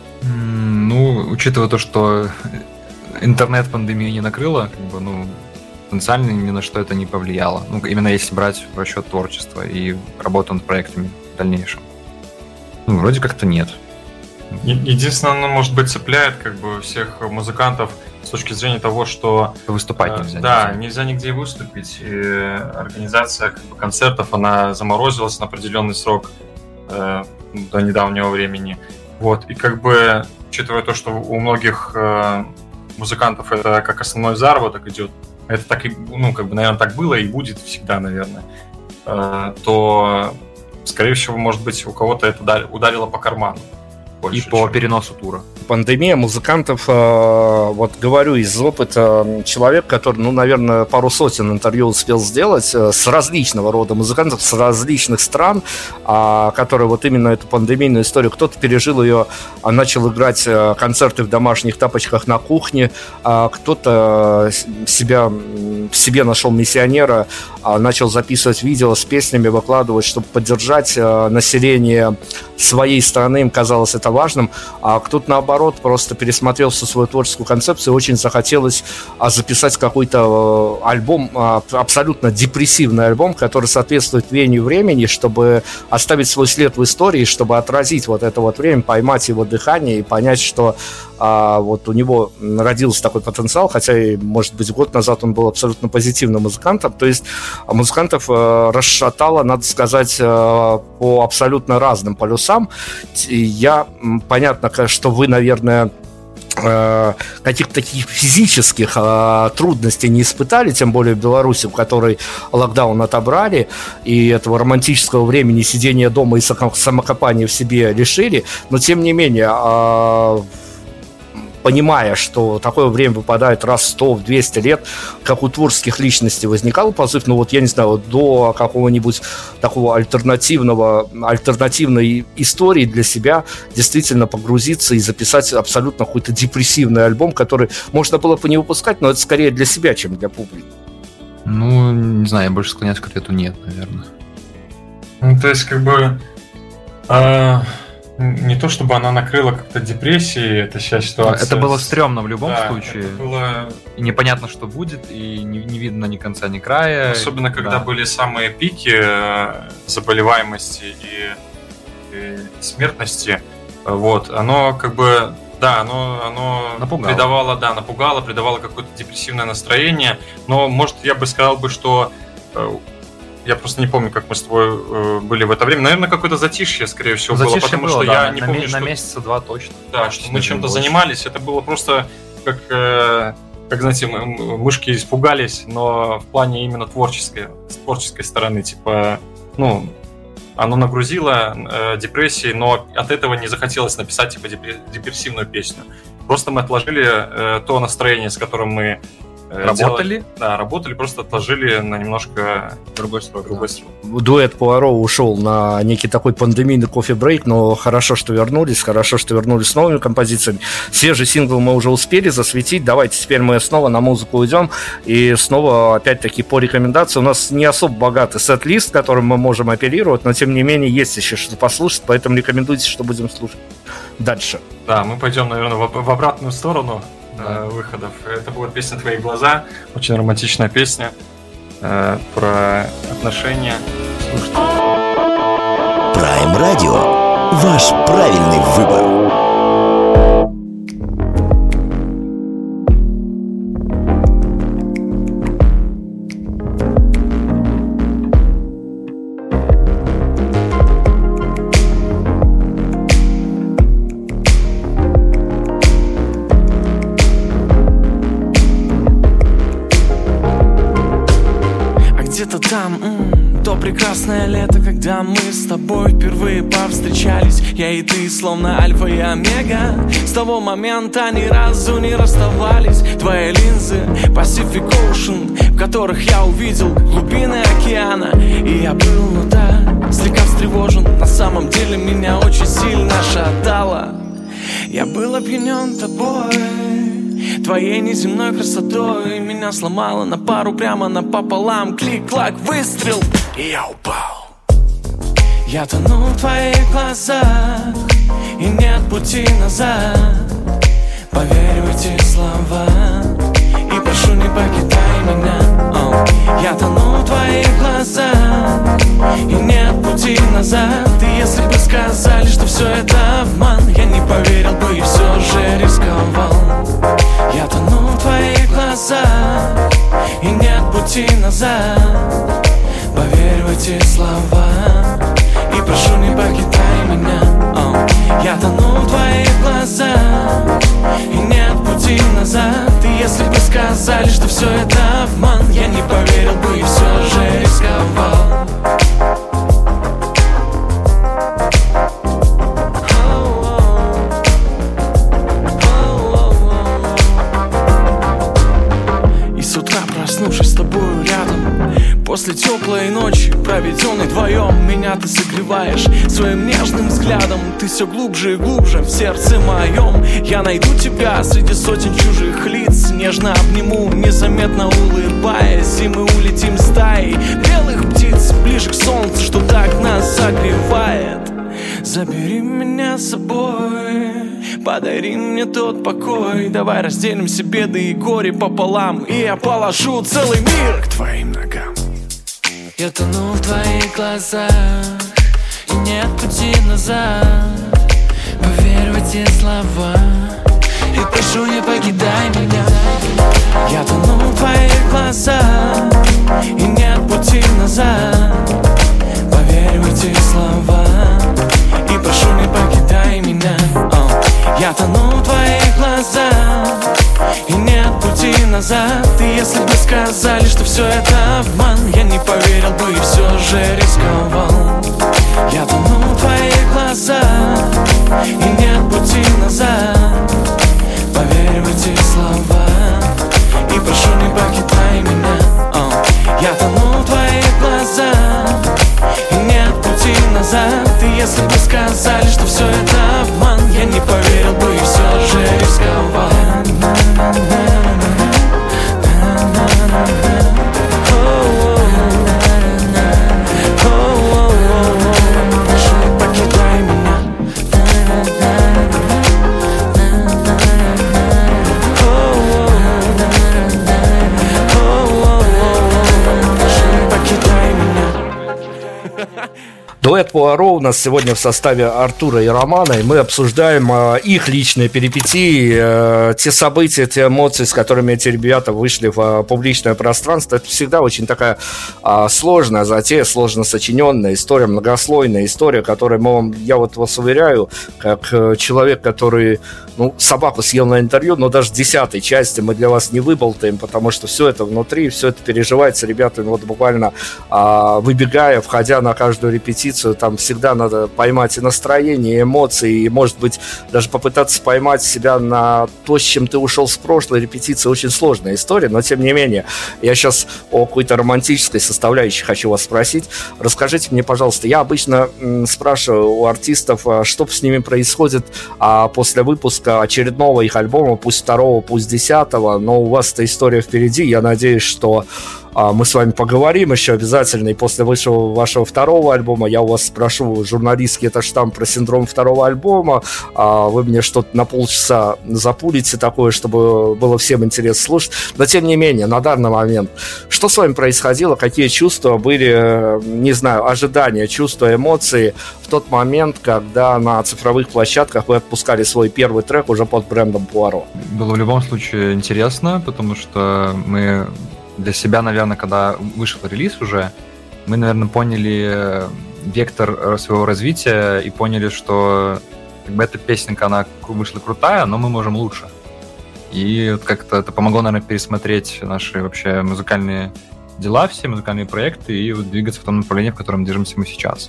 Ну, учитывая то, что интернет-пандемия не накрыла, потенциально ни на что это не повлияло. Ну, именно если брать в расчет творчество и работу над проектами в дальнейшем. Ну, вроде как-то нет. Единственное, оно, может быть, цепляет всех музыкантов с точки зрения того, что выступать нельзя. Да, нельзя нигде выступить. И организация концертов, она заморозилась на определенный срок до недавнего времени. Вот. И учитывая то, что у многих музыкантов это как основной заработок идет, это так и, наверное, так было и будет всегда, наверное, то, скорее всего, может быть, у кого-то это ударило по карману. И по переносу тура. Пандемия музыкантов, вот говорю из опыта, человек, который, наверное, пару сотен интервью успел сделать с различного рода музыкантов, с различных стран, которые вот именно эту пандемийную историю, кто-то пережил ее, начал играть концерты в домашних тапочках на кухне, кто-то в себе нашел миссионера, начал записывать видео с песнями, выкладывать, чтобы поддержать население своей страны, им казалось это важным, а кто-то наоборот просто пересмотрел всю свою творческую концепцию и очень захотелось записать какой-то альбом, абсолютно депрессивный альбом, который соответствует веянию времени, чтобы оставить свой след в истории, чтобы отразить вот это вот время, поймать его дыхание и понять, что вот у него родился такой потенциал, хотя и, может быть, год назад он был абсолютно позитивным музыкантом. То есть музыкантов расшатало, надо сказать, по абсолютно разным полюсам. Понятно, что вы, наверное, каких-то таких физических трудностей не испытали, тем более в Беларуси, в которой локдаун отобрали, и этого романтического времени сидения дома и самокопания в себе лишили, но тем не менее, понимая, что такое время выпадает раз в 100, в 200 лет, как у творческих личностей возникал позыв, я не знаю, до какого-нибудь такого альтернативной истории для себя действительно погрузиться и записать абсолютно какой-то депрессивный альбом, который можно было бы не выпускать, но это скорее для себя, чем для публики. Не знаю, я больше склоняюсь к ответу нет, наверное. То есть, не то чтобы она накрыла как-то депрессией, эта вся ситуация. Это было стрёмно в любом случае. Это было... И непонятно, что будет, и не видно ни конца, ни края. Особенно, когда были самые пики заболеваемости и смертности. Вот. Оно оно напугало, придавало какое-то депрессивное настроение. Но, может, я бы сказал, что... Я просто не помню, как мы с тобой были в это время. Наверное, какое-то затишье, скорее всего, было, потому что я не помню, что... На месяца два точно. Да, что мы чем-то занимались. Это было просто как, знаете, мышки испугались, но в плане именно с творческой стороны. Оно нагрузило депрессией, но от этого не захотелось написать депрессивную песню. Просто мы отложили то настроение, с которым мы работали? Работали, просто отложили на немножко другой срок. Дуэт Пуаро ушел на некий такой пандемийный кофе-брейк, но хорошо, что вернулись с новыми композициями. Свежий сингл мы уже успели засветить. Давайте теперь мы снова на музыку уйдем. И снова, опять-таки, по рекомендации. У нас не особо богатый сет-лист, которым мы можем оперировать, но, тем не менее, есть еще что послушать, поэтому рекомендуйте, что будем слушать дальше. Да, мы пойдем, наверное, в обратную сторону выходов. Это была песня «Твои глаза», очень романтичная песня про отношения. Слушайте. Prime Radio. Ваш правильный выбор. прекрасное лето, когда мы с тобой впервые повстречались. Я и ты, словно альфа и омега. С того момента ни разу не расставались. Твои линзы Pacific Ocean, в которых я увидел глубины океана. И я был, ну да, слегка встревожен. На самом деле меня очень сильно шатало. Я был опьянен тобой, твоей неземной красотой. Меня сломало на пару прямо напополам. Клик-клак, выстрел, и я упал. Я тону в твоих глазах, и нет пути назад. Поверь в эти слова, и прошу, не покидай меня. Я тону в твоих глазах, и нет пути назад. И если бы сказали, что все это обман, я не поверил бы и все же рисковал. Я тону в твоих глазах, и нет пути назад. Поверь в эти слова, и прошу, не покидай меня. Я тону в твоих глазах, и нет пути назад. И если бы сказали, что все это обман, я не поверил бы и все же рисковал. И с утра, проснувшись с тобою рядом, после теплой ночи, проведенной вдвоем, меня ты согреваешь своим нежным взглядом. Ты все глубже и глубже в сердце моем. Я найду тебя среди сотен чужих лиц, нежно обниму, незаметно улыбаясь. И мы улетим стаей белых птиц ближе к солнцу, что так нас согревает. Забери меня с собой, подари мне тот покой. Давай разделимся беды и горе пополам, и я положу целый мир к твоим ногам. Я тону в твоих глазах, и нет пути назад. Поверь в эти слова, и прошу, не покидай меня. Я тону в твоих глазах, и нет пути назад. Поверь в эти слова, и прошу, не покидай меня. Я тону в твоих глазах, и нет пути назад. И если бы сказали, что все это обман, я не поверил бы и все же рисковал. Я тону в твоих глазах, и нет пути назад. Поверь в эти слова, и прошу, не покидай меня. Я тону в твоих глазах, и нет пути назад. И если бы сказали, что все это обман, я не поверил бы и все же рисковал. Прошу, не покидай меня. Прошу, не покидай меня. Дуэт Пуаро у нас сегодня в составе Артура и Романа, и мы обсуждаем их личные перипетии, те события, те эмоции, с которыми эти ребята вышли в публичное пространство. Это всегда очень такая сложная затея, сложно сочиненная история, многослойная история, которой я вот вас уверяю, как человек, который собаку съел на интервью, но даже 10-й части мы для вас не выболтаем, потому что все это внутри, все это переживается ребятами, вот буквально выбегая, входя на каждую репетицию, там всегда надо поймать и настроение, и эмоции, и, может быть, даже попытаться поймать себя на то, с чем ты ушел с прошлой репетиции. Очень сложная история, но тем не менее, я сейчас о какой-то романтической составляющей хочу вас спросить. Расскажите мне, пожалуйста, я обычно спрашиваю у артистов, что с ними происходит после выпуска очередного их альбома, пусть второго, пусть 10-го, но у вас эта история впереди. Я надеюсь, что мы с вами поговорим еще обязательно, и после вашего второго альбома я у вас спрошу журналистский это штамп про синдром второго альбома, вы мне что-то на полчаса запулите такое, чтобы было всем интересно слушать, но тем не менее, на данный момент, что с вами происходило, какие чувства были, не знаю, ожидания, чувства, эмоции в тот момент, когда на цифровых площадках вы отпускали свой первый трек уже под брендом Пуаро? Было в любом случае интересно, потому что мы для себя, наверное, когда вышел релиз уже, мы, наверное, поняли вектор своего развития и поняли, что эта песенка, она вышла крутая, но мы можем лучше. И вот как-то это помогло, наверное, пересмотреть наши вообще музыкальные дела, все музыкальные проекты и вот двигаться в том направлении, в котором движемся мы сейчас.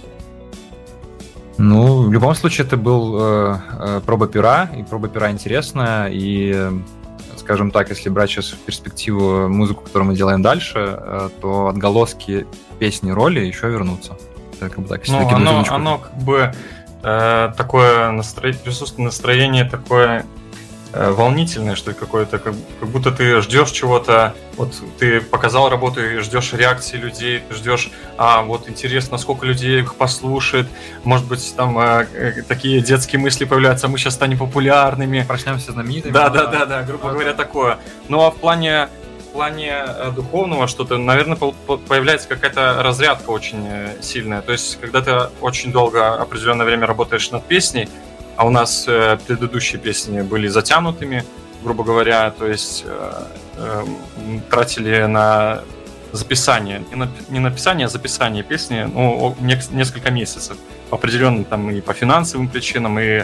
Ну, в любом случае, это был проба пера, и проба пера интересная, и, скажем так, если брать сейчас в перспективу музыку, которую мы делаем дальше, то отголоски песни роли еще вернутся. Это как бы так, ну, оно как бы такое присутствует настроение такое волнительное, что ли, какое-то, как будто ты ждешь чего-то, вот ты показал работу и ждешь реакции людей, ты ждешь, вот интересно, сколько людей их послушает, может быть, там такие детские мысли появляются, мы сейчас станем популярными. Проснемся знаменитыми. Да, грубо говоря, такое. Ну, а в плане духовного что-то, наверное, появляется какая-то разрядка очень сильная. То есть, когда ты очень долго, определенное время работаешь над песней, а у нас предыдущие песни были затянутыми, грубо говоря, то есть тратили на записание, не написание, а записание песни, ну, несколько месяцев. Определенно там и по финансовым причинам, и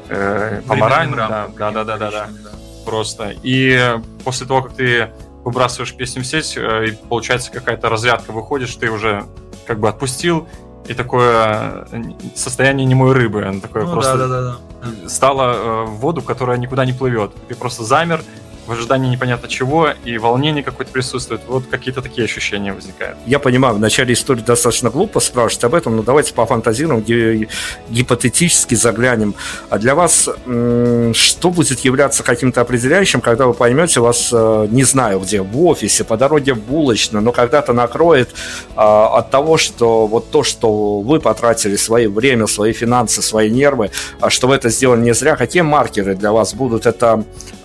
по моральным. Да. Просто. И после того, как ты выбрасываешь песню в сеть, и получается какая-то разрядка, выходишь, ты уже как бы отпустил, и такое состояние немой рыбы, оно такое просто стало в воду, которая никуда не плывет. Ты просто замер в ожидании непонятно чего, и волнение какое-то присутствует. Вот какие-то такие ощущения возникают. Я понимаю, в начале истории достаточно глупо спрашивать об этом, но давайте пофантазируем, гипотетически заглянем. А для вас что будет являться каким-то определяющим, когда вы поймете, вас, не знаю где, в офисе, по дороге в булочную, но когда-то накроет от того, что вот то, что вы потратили свое время, свои финансы, свои нервы, что вы это сделали не зря, какие маркеры для вас будут? Это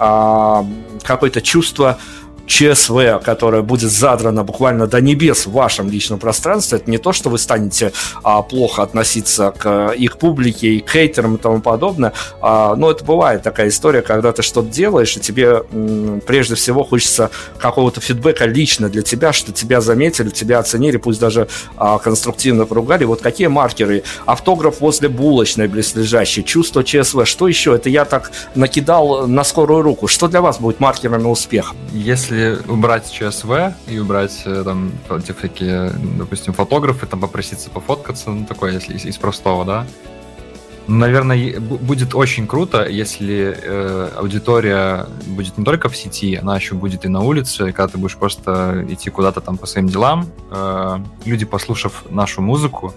какое-то чувство ЧСВ, которое будет задрано буквально до небес в вашем личном пространстве. Это не то, что вы станете плохо относиться к их публике и к хейтерам и тому подобное, но это бывает такая история, когда ты что-то делаешь, и тебе прежде всего хочется какого-то фидбэка лично для тебя, что тебя заметили, тебя оценили, пусть даже конструктивно поругали. Вот какие маркеры? Автограф возле булочной близлежащей, чувство ЧСВ, что еще? Это я так накидал на скорую руку. Что для вас будет маркерами успеха? Если убрать ЧСВ и убрать там такие, допустим, фотографы, там попроситься пофоткаться, ну такое, если из простого, да. Наверное, будет очень круто, если аудитория будет не только в сети, она еще будет и на улице, и когда ты будешь просто идти куда-то там по своим делам, люди, послушав нашу музыку,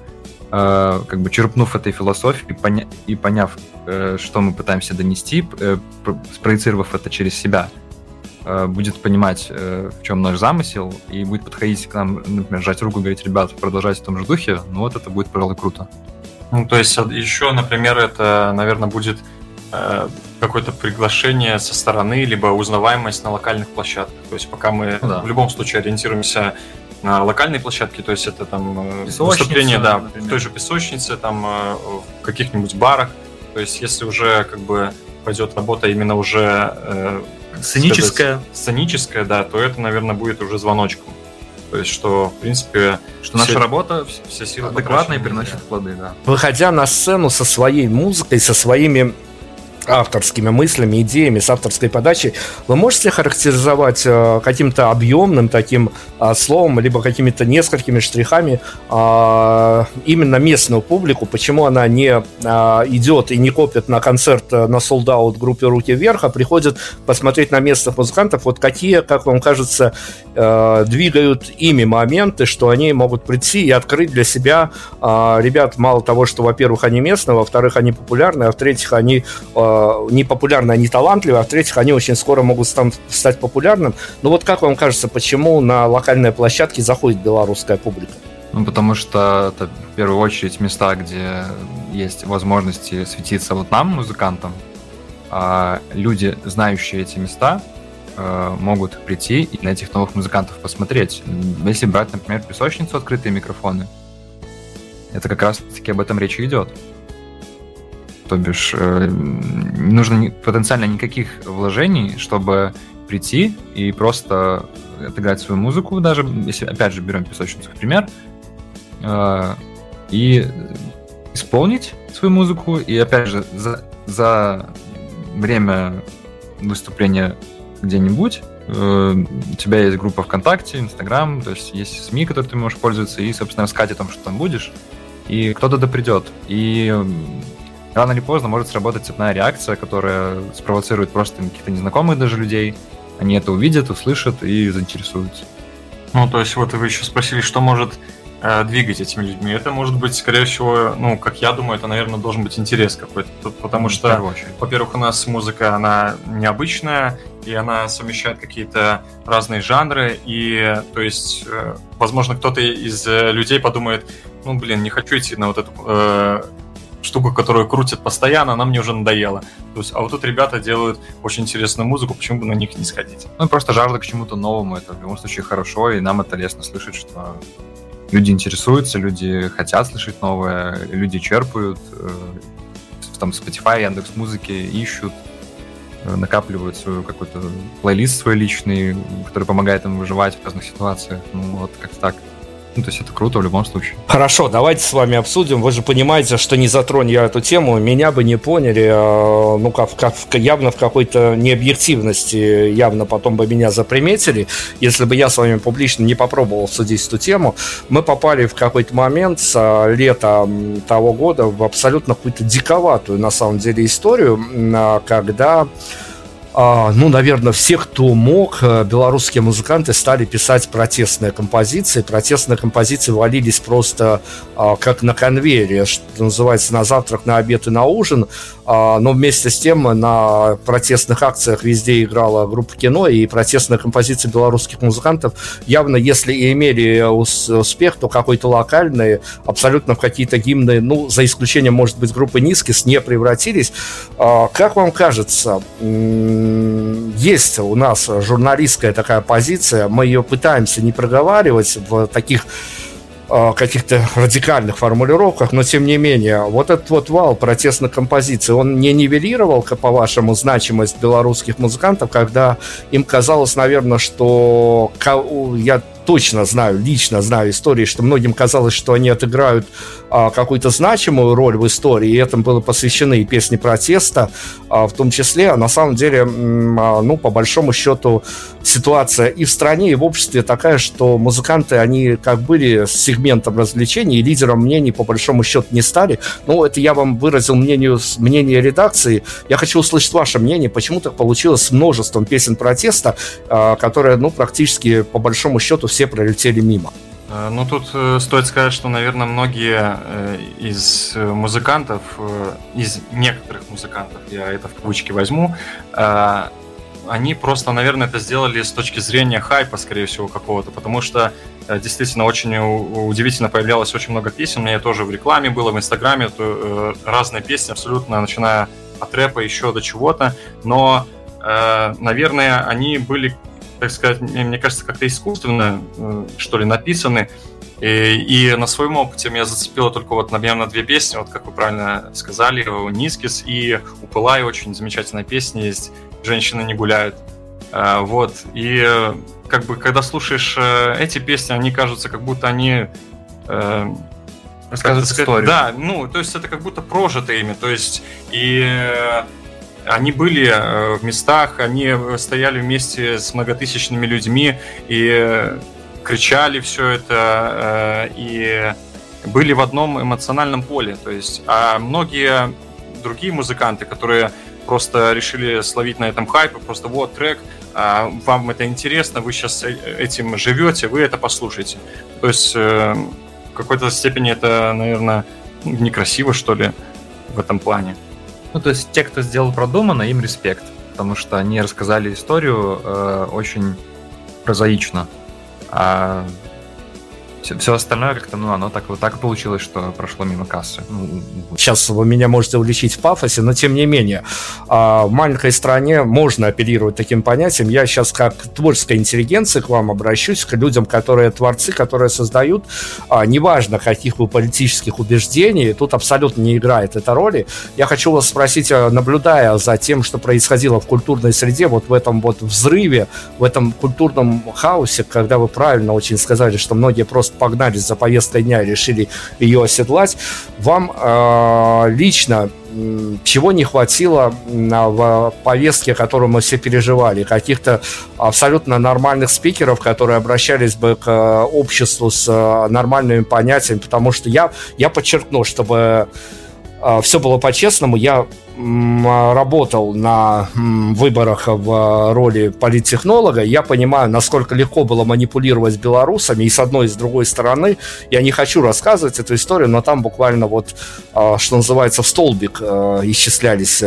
как бы черпнув этой философии и поняв, что мы пытаемся донести, спроецировав это через себя, будет понимать, в чем наш замысел, и будет подходить к нам, например, сжать руку и говорить: ребят, продолжайте в том же духе, ну вот это будет, пожалуй, круто. Ну, то есть еще, например, это, наверное, будет какое-то приглашение со стороны, либо узнаваемость на локальных площадках. То есть пока мы в любом случае ориентируемся на локальные площадки, то есть это там выступление, да, в той же песочнице, там в каких-нибудь барах. То есть если уже как бы пойдет работа именно уже сценическая, да, то это, наверное, будет уже звоночком. То есть, что, в принципе, что наша работа все силы адекватно и приносит плоды, да. Выходя на сцену со своей музыкой, со своими авторскими мыслями, идеями, с авторской подачей, вы можете характеризовать каким-то объемным таким словом, либо какими-то несколькими штрихами именно местную публику, почему она не идет и не копит на концерт на Sold Out группе «Руки вверх», а приходит посмотреть на местных музыкантов? Вот какие, как вам кажется, двигают ими моменты, что они могут прийти и открыть для себя ребят, мало того, что, во-первых, они местные, во-вторых, они популярные, а в-третьих, они не популярны, они талантливые, а в-третьих, они очень скоро могут стать популярным. Но вот как вам кажется, почему на локальные площадки заходит белорусская публика? Ну, потому что это в первую очередь места, где есть возможности светиться вот нам, музыкантам, а люди, знающие эти места, могут прийти и на этих новых музыкантов посмотреть. Если брать, например, песочницу, открытые микрофоны, это как раз-таки об этом речь и идет. То бишь, не нужно потенциально никаких вложений, чтобы прийти и просто отыграть свою музыку, даже если, опять же, берем песочницу в пример, и исполнить свою музыку, и, опять же, за время выступления где-нибудь у тебя есть группа ВКонтакте, Инстаграм, то есть есть СМИ, которые ты можешь пользоваться, и, собственно, рассказать о том, что там будешь, и кто-то придет. И рано или поздно может сработать цепная реакция, которая спровоцирует просто каких-то незнакомых даже людей. Они это увидят, услышат и заинтересуются. Ну, то есть вот вы еще спросили, что может двигать этими людьми. Это может быть, скорее всего, ну, как я думаю, это, наверное, должен быть интерес какой-то. Потому что, во-первых, у нас музыка, она необычная, и она совмещает какие-то разные жанры, и, то есть, возможно, кто-то из людей подумает, ну, блин, не хочу идти на вот эту штуку, которую крутят постоянно, она мне уже надоела. То есть, а вот тут ребята делают очень интересную музыку, почему бы на них не сходить? Ну, просто жажда к чему-то новому, это в любом случае хорошо, и нам это лестно слышать, что люди интересуются, люди хотят слышать новое, люди черпают, там Spotify, Яндекс.Музыки ищут, накапливают свой какой-то плейлист свой личный, который помогает им выживать в разных ситуациях. Ну, вот как-то так. Ну, то есть это круто в любом случае. Хорошо, давайте с вами обсудим. Вы же понимаете, что не затронь я эту тему, меня бы не поняли, ну, явно в какой-то необъективности, явно потом бы меня заприметили, если бы я с вами публично не попробовал обсудить эту тему. Мы попали в какой-то момент с лета того года в абсолютно какую-то диковатую, на самом деле, историю, когда... Ну, наверное, все, кто мог, белорусские музыканты стали писать протестные композиции. Протестные композиции валились просто как на конвейере, что называется, на завтрак, на обед и на ужин. Но вместе с тем на протестных акциях везде играла группа кино, и протестные композиции белорусских музыкантов явно, если и имели успех, то какой-то локальный, абсолютно в какие-то гимны, ну, за исключением, может быть, группы Нискис, не превратились. Как вам кажется, есть у нас журналистская такая позиция, мы ее пытаемся не проговаривать в таких каких-то радикальных формулировках, но тем не менее, вот этот вот вал протестных композиций, он не нивелировал, по-вашему, значимость белорусских музыкантов, когда им казалось, наверное, что я точно знаю, лично знаю истории, что многим казалось, что они отыграют какую-то значимую роль в истории, и этому были посвящены и песни протеста, в том числе. А на самом деле, ну, по большому счету, ситуация и в стране, и в обществе такая, что музыканты, они как были с сегментом развлечений, и лидером мнений, по большому счету, не стали. Ну, это я вам выразил мнение редакции. Я хочу услышать ваше мнение, почему так получилось с множеством песен протеста, которые, ну, практически, по большому счету, все пролетели мимо. Ну, тут стоит сказать, что, наверное, многие из музыкантов, из некоторых музыкантов, я это в кавычки возьму, они просто, наверное, это сделали с точки зрения хайпа, скорее всего, какого-то, потому что действительно очень удивительно появлялось очень много песен, у меня тоже в рекламе было, в Инстаграме, разные песни абсолютно, начиная от рэпа еще до чего-то, но, наверное, они были, так сказать, мне кажется, как-то искусственно, что ли, написаны. И на своем опыте меня зацепило только вот, наверное, две песни, вот как вы правильно сказали, у Нискис и у Пылай очень замечательная песня есть «Женщины не гуляют». Вот. И как бы, когда слушаешь эти песни, они кажутся, как будто они... рассказывают историю. Да, ну, то есть это как будто прожито ими, то есть и... Они были в местах, они стояли вместе с многотысячными людьми и кричали все это, и были в одном эмоциональном поле. То есть, а многие другие музыканты, которые просто решили словить на этом хайпе, просто вот трек, вам это интересно, вы сейчас этим живете, вы это послушаете. То есть в какой-то степени это, наверное, некрасиво, что ли, в этом плане. Ну, то есть те, кто сделал продуманно, им респект, потому что они рассказали историю очень прозаично, а все остальное как-то, ну, оно так вот так получилось, что прошло мимо кассы. Сейчас вы меня можете уличить в пафосе, но тем не менее, в маленькой стране можно апеллировать таким понятием. Я сейчас как творческая интеллигенция к вам обращусь, к людям, которые творцы, которые создают, неважно, каких вы политических убеждений, тут абсолютно не играет эта роли. Я хочу вас спросить, наблюдая за тем, что происходило в культурной среде, вот в этом вот взрыве, в этом культурном хаосе, когда вы правильно очень сказали, что многие просто погнались за повесткой дня и решили ее оседлать. Вам лично чего не хватило в повестке, которую мы все переживали, каких-то абсолютно нормальных спикеров, которые обращались бы к обществу с нормальными понятиями, потому что я подчеркну, чтобы все было по-честному, я работал на выборах в роли политтехнолога, я понимаю, насколько легко было манипулировать белорусами и с одной, и с другой стороны. Я не хочу рассказывать эту историю, но там буквально вот, что называется, в столбик исчислялись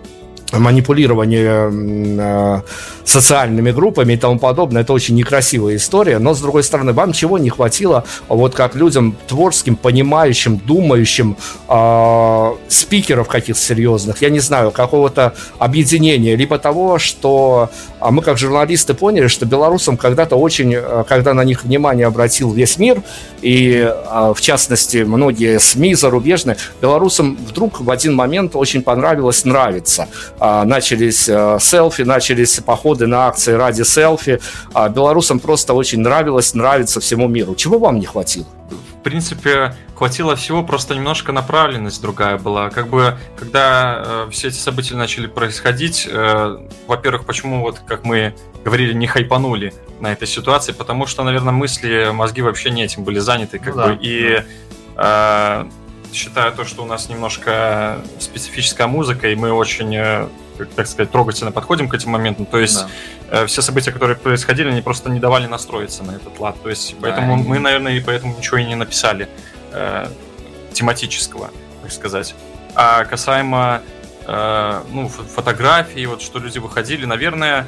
манипулирование социальными группами и тому подобное. Это очень некрасивая история, но, с другой стороны, вам чего не хватило, вот как людям творческим, понимающим, думающим, спикеров каких-то серьезных, я не знаю, какого-то объединения, либо того, что мы как журналисты поняли, что белорусам когда-то очень, когда на них внимание обратил весь мир, и в частности многие СМИ зарубежные, белорусам вдруг в один момент очень понравилось нравиться. Начались селфи, начались походы на акции ради селфи. Белорусам просто очень нравится всему миру. Чего вам не хватило? В принципе, хватило всего, просто немножко направленность другая была. Как бы, когда все эти события начали происходить, во-первых, почему, вот как мы говорили, не хайпанули на этой ситуации, потому что, наверное, мысли, мозги вообще не этим были заняты. Как бы, и считаю то, что у нас немножко специфическая музыка, и мы очень, так сказать, трогательно подходим к этим моментам. То есть все события, которые происходили, они просто не давали настроиться на этот лад. То есть поэтому мы, наверное, и поэтому ничего и не написали тематического, так сказать. А касаемо фотографий, вот что люди выходили, наверное,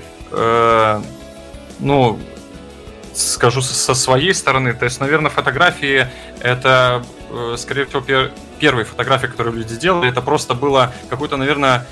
скажу со своей стороны, то есть, наверное, фотографии это, скорее всего, первые фотографии, которые люди делали, это просто было какое-то, наверное,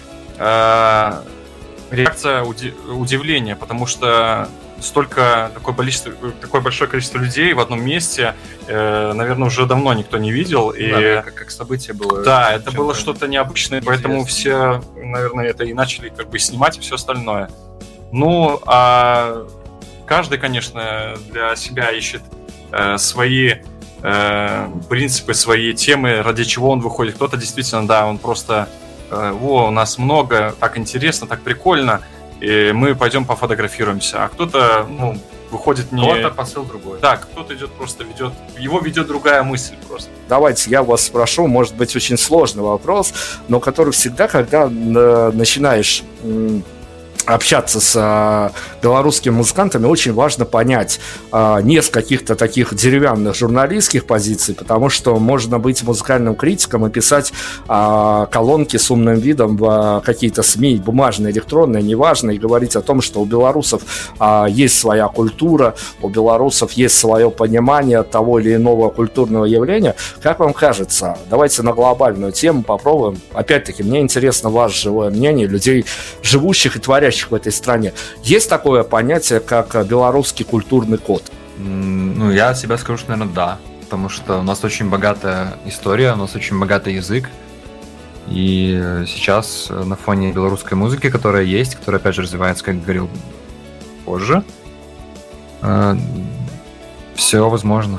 реакция удивления, потому что такое большое количество людей в одном месте, наверное, уже давно никто не видел. И как событие было. Да, это было что-то необычное, поэтому все, наверное, это и начали как бы снимать и все остальное. Ну, а каждый, конечно, для себя ищет свои принципы, свои темы, ради чего он выходит. Кто-то действительно, да, он просто у нас много, так интересно, так прикольно, и мы пойдем пофотографируемся. А кто-то, выходит не... Кто-то посыл другой. Да, кто-то идет просто его ведет другая мысль просто. Давайте я вас спрошу, может быть, очень сложный вопрос, но который всегда, когда начинаешь общаться с белорусскими музыкантами, очень важно понять, не с каких-то таких деревянных журналистских позиций, потому что можно быть музыкальным критиком и писать колонки с умным видом в какие-то СМИ, бумажные, электронные, неважно, и говорить о том, что у белорусов есть своя культура, у белорусов есть свое понимание того или иного культурного явления. Как вам кажется, давайте на глобальную тему попробуем. Опять-таки, мне интересно ваше живое мнение людей, живущих и творящих в этой стране. Есть такое понятие, как белорусский культурный код? Я от себя скажу, что, наверное, да. Потому что у нас очень богатая история, у нас очень богатый язык. И сейчас на фоне белорусской музыки, которая есть, которая, опять же, развивается, как говорил позже, все возможно.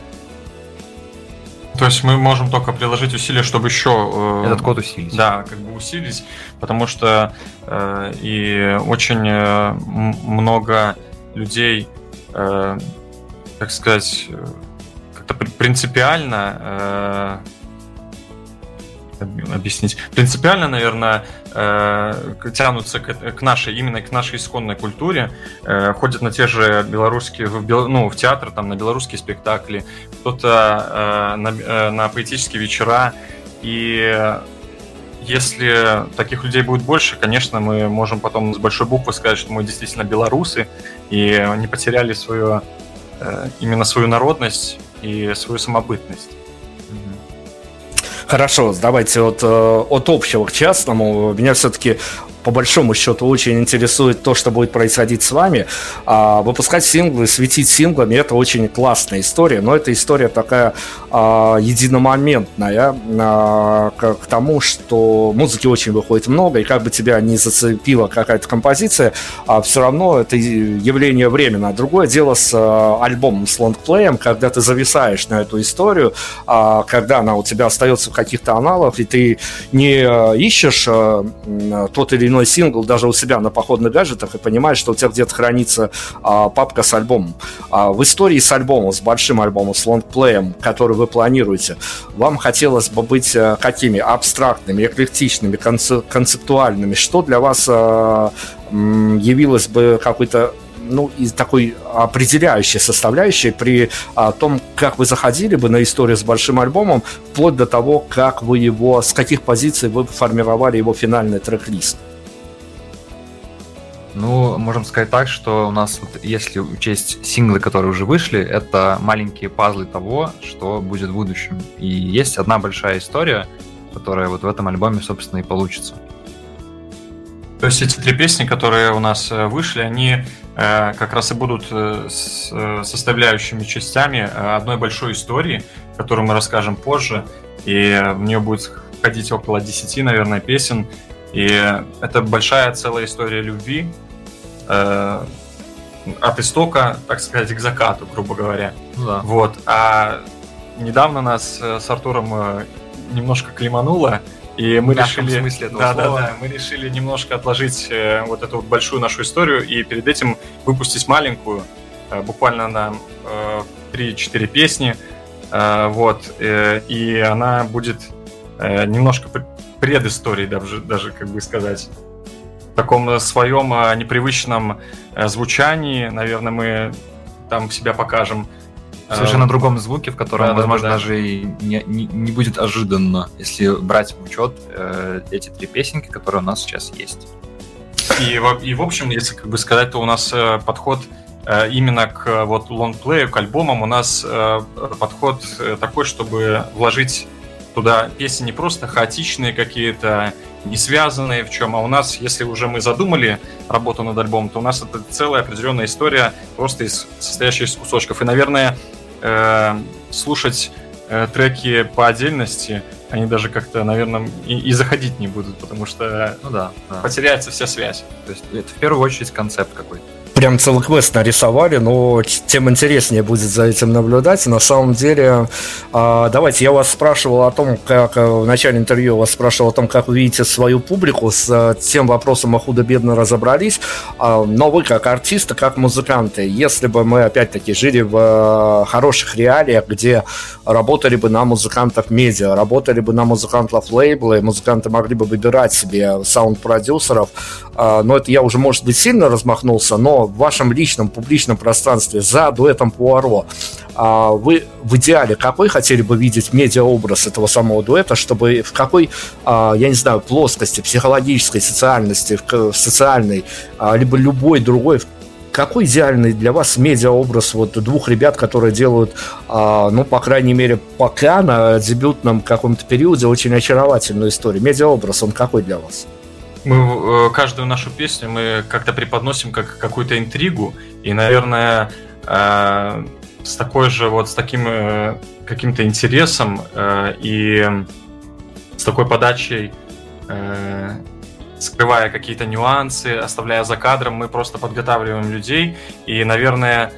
То есть мы можем только приложить усилия, чтобы еще... этот код усилить. Да, как бы усилить, потому что и очень много людей, так сказать, как-то принципиально... объяснить. Принципиально, наверное, тянутся к нашей исконной культуре, ходят на те же белорусские, в театр, там, на белорусские спектакли, кто-то на поэтические вечера. И если таких людей будет больше, конечно, мы можем потом с большой буквы сказать, что мы действительно белорусы и не потеряли именно свою народность и свою самобытность. Хорошо, давайте от общего к частному. Меня все-таки по большому счету очень интересует то, что будет происходить с вами. Выпускать синглы, светить синглами — это очень классная история, но эта история такая единомоментная к тому, что музыки очень выходит много, и как бы тебя не зацепила какая-то композиция, все равно это явление временно. Другое дело с альбомом, с лонгплеем, когда ты зависаешь на эту историю, когда она у тебя остается в каких-то аналогах, и ты не ищешь тот или иной сингл даже у себя на походных гаджетах и понимаешь, что у тебя где-то хранится папка с альбомом. В истории с альбомом, с большим альбомом, с лонгплеем, который вы планируете, вам хотелось бы быть какими? Абстрактными, эклектичными, концептуальными? Что для вас явилось бы какой-то из такой определяющей составляющей при том, как вы заходили бы на историю с большим альбомом, вплоть до того, как вы его, с каких позиций вы формировали его финальный трек-лист? Можем сказать так, что у нас, если учесть синглы, которые уже вышли, это маленькие пазлы того, что будет в будущем. И есть одна большая история, которая в этом альбоме, собственно, и получится. То есть эти 3 песни, которые у нас вышли, они как раз и будут с составляющими частями одной большой истории, которую мы расскажем позже. И в нее будет входить около 10, наверное, песен. И это большая целая история любви от истока, так сказать, к закату, грубо говоря. Да. А недавно нас с Артуром немножко климануло, и мы решили, мы решили немножко отложить эту большую нашу историю и перед этим выпустить маленькую, буквально на 3-4 песни, и она будет немножко предысторией, даже как бы сказать, в таком своем непривычном звучании, наверное, мы там себя покажем. Совершенно другом звуке, в котором, возможно, даже и не будет ожиданно, если брать в учет эти 3 песенки, которые у нас сейчас есть. И в общем, если как бы сказать, то у нас подход именно к лонгплею, к альбомам, у нас подход такой, чтобы вложить туда песни не просто хаотичные какие-то, не связанные в чем, а у нас, если уже мы задумали работу над альбомом, то у нас это целая определенная история, просто состоящая из кусочков. И, наверное, слушать треки по отдельности, они даже как-то, наверное, и заходить не будут, потому что потеряется вся связь. То есть это в первую очередь концепт какой-то. Прям целый квест нарисовали, но тем интереснее будет за этим наблюдать. На самом деле, давайте, я вас спрашивал о том, как в начале интервью вас спрашивал о том, как вы видите свою публику. С тем вопросом мы худо-бедно разобрались. Но вы, как артисты, как музыканты, если бы мы, опять-таки, жили в хороших реалиях, где работали бы на музыкантов медиа, работали бы на музыкантов лейблы, музыканты могли бы выбирать себе саунд-продюсеров, но это я уже, может быть, сильно размахнулся, но в вашем личном, публичном пространстве за дуэтом Пуаро вы в идеале какой хотели бы видеть медиаобраз этого самого дуэта, чтобы в какой, я не знаю, плоскости, психологической, социальной, либо любой другой, какой идеальный для вас медиаобраз 2 ребят, которые делают, по крайней мере, пока на дебютном каком-то периоде очень очаровательную историю? Медиаобраз, он какой для вас? Мы каждую нашу песню мы как-то преподносим как какую-то интригу, и, наверное, с таким каким-то интересом и с такой подачей, скрывая какие-то нюансы, оставляя за кадром, мы просто подготавливаем людей, и, наверное,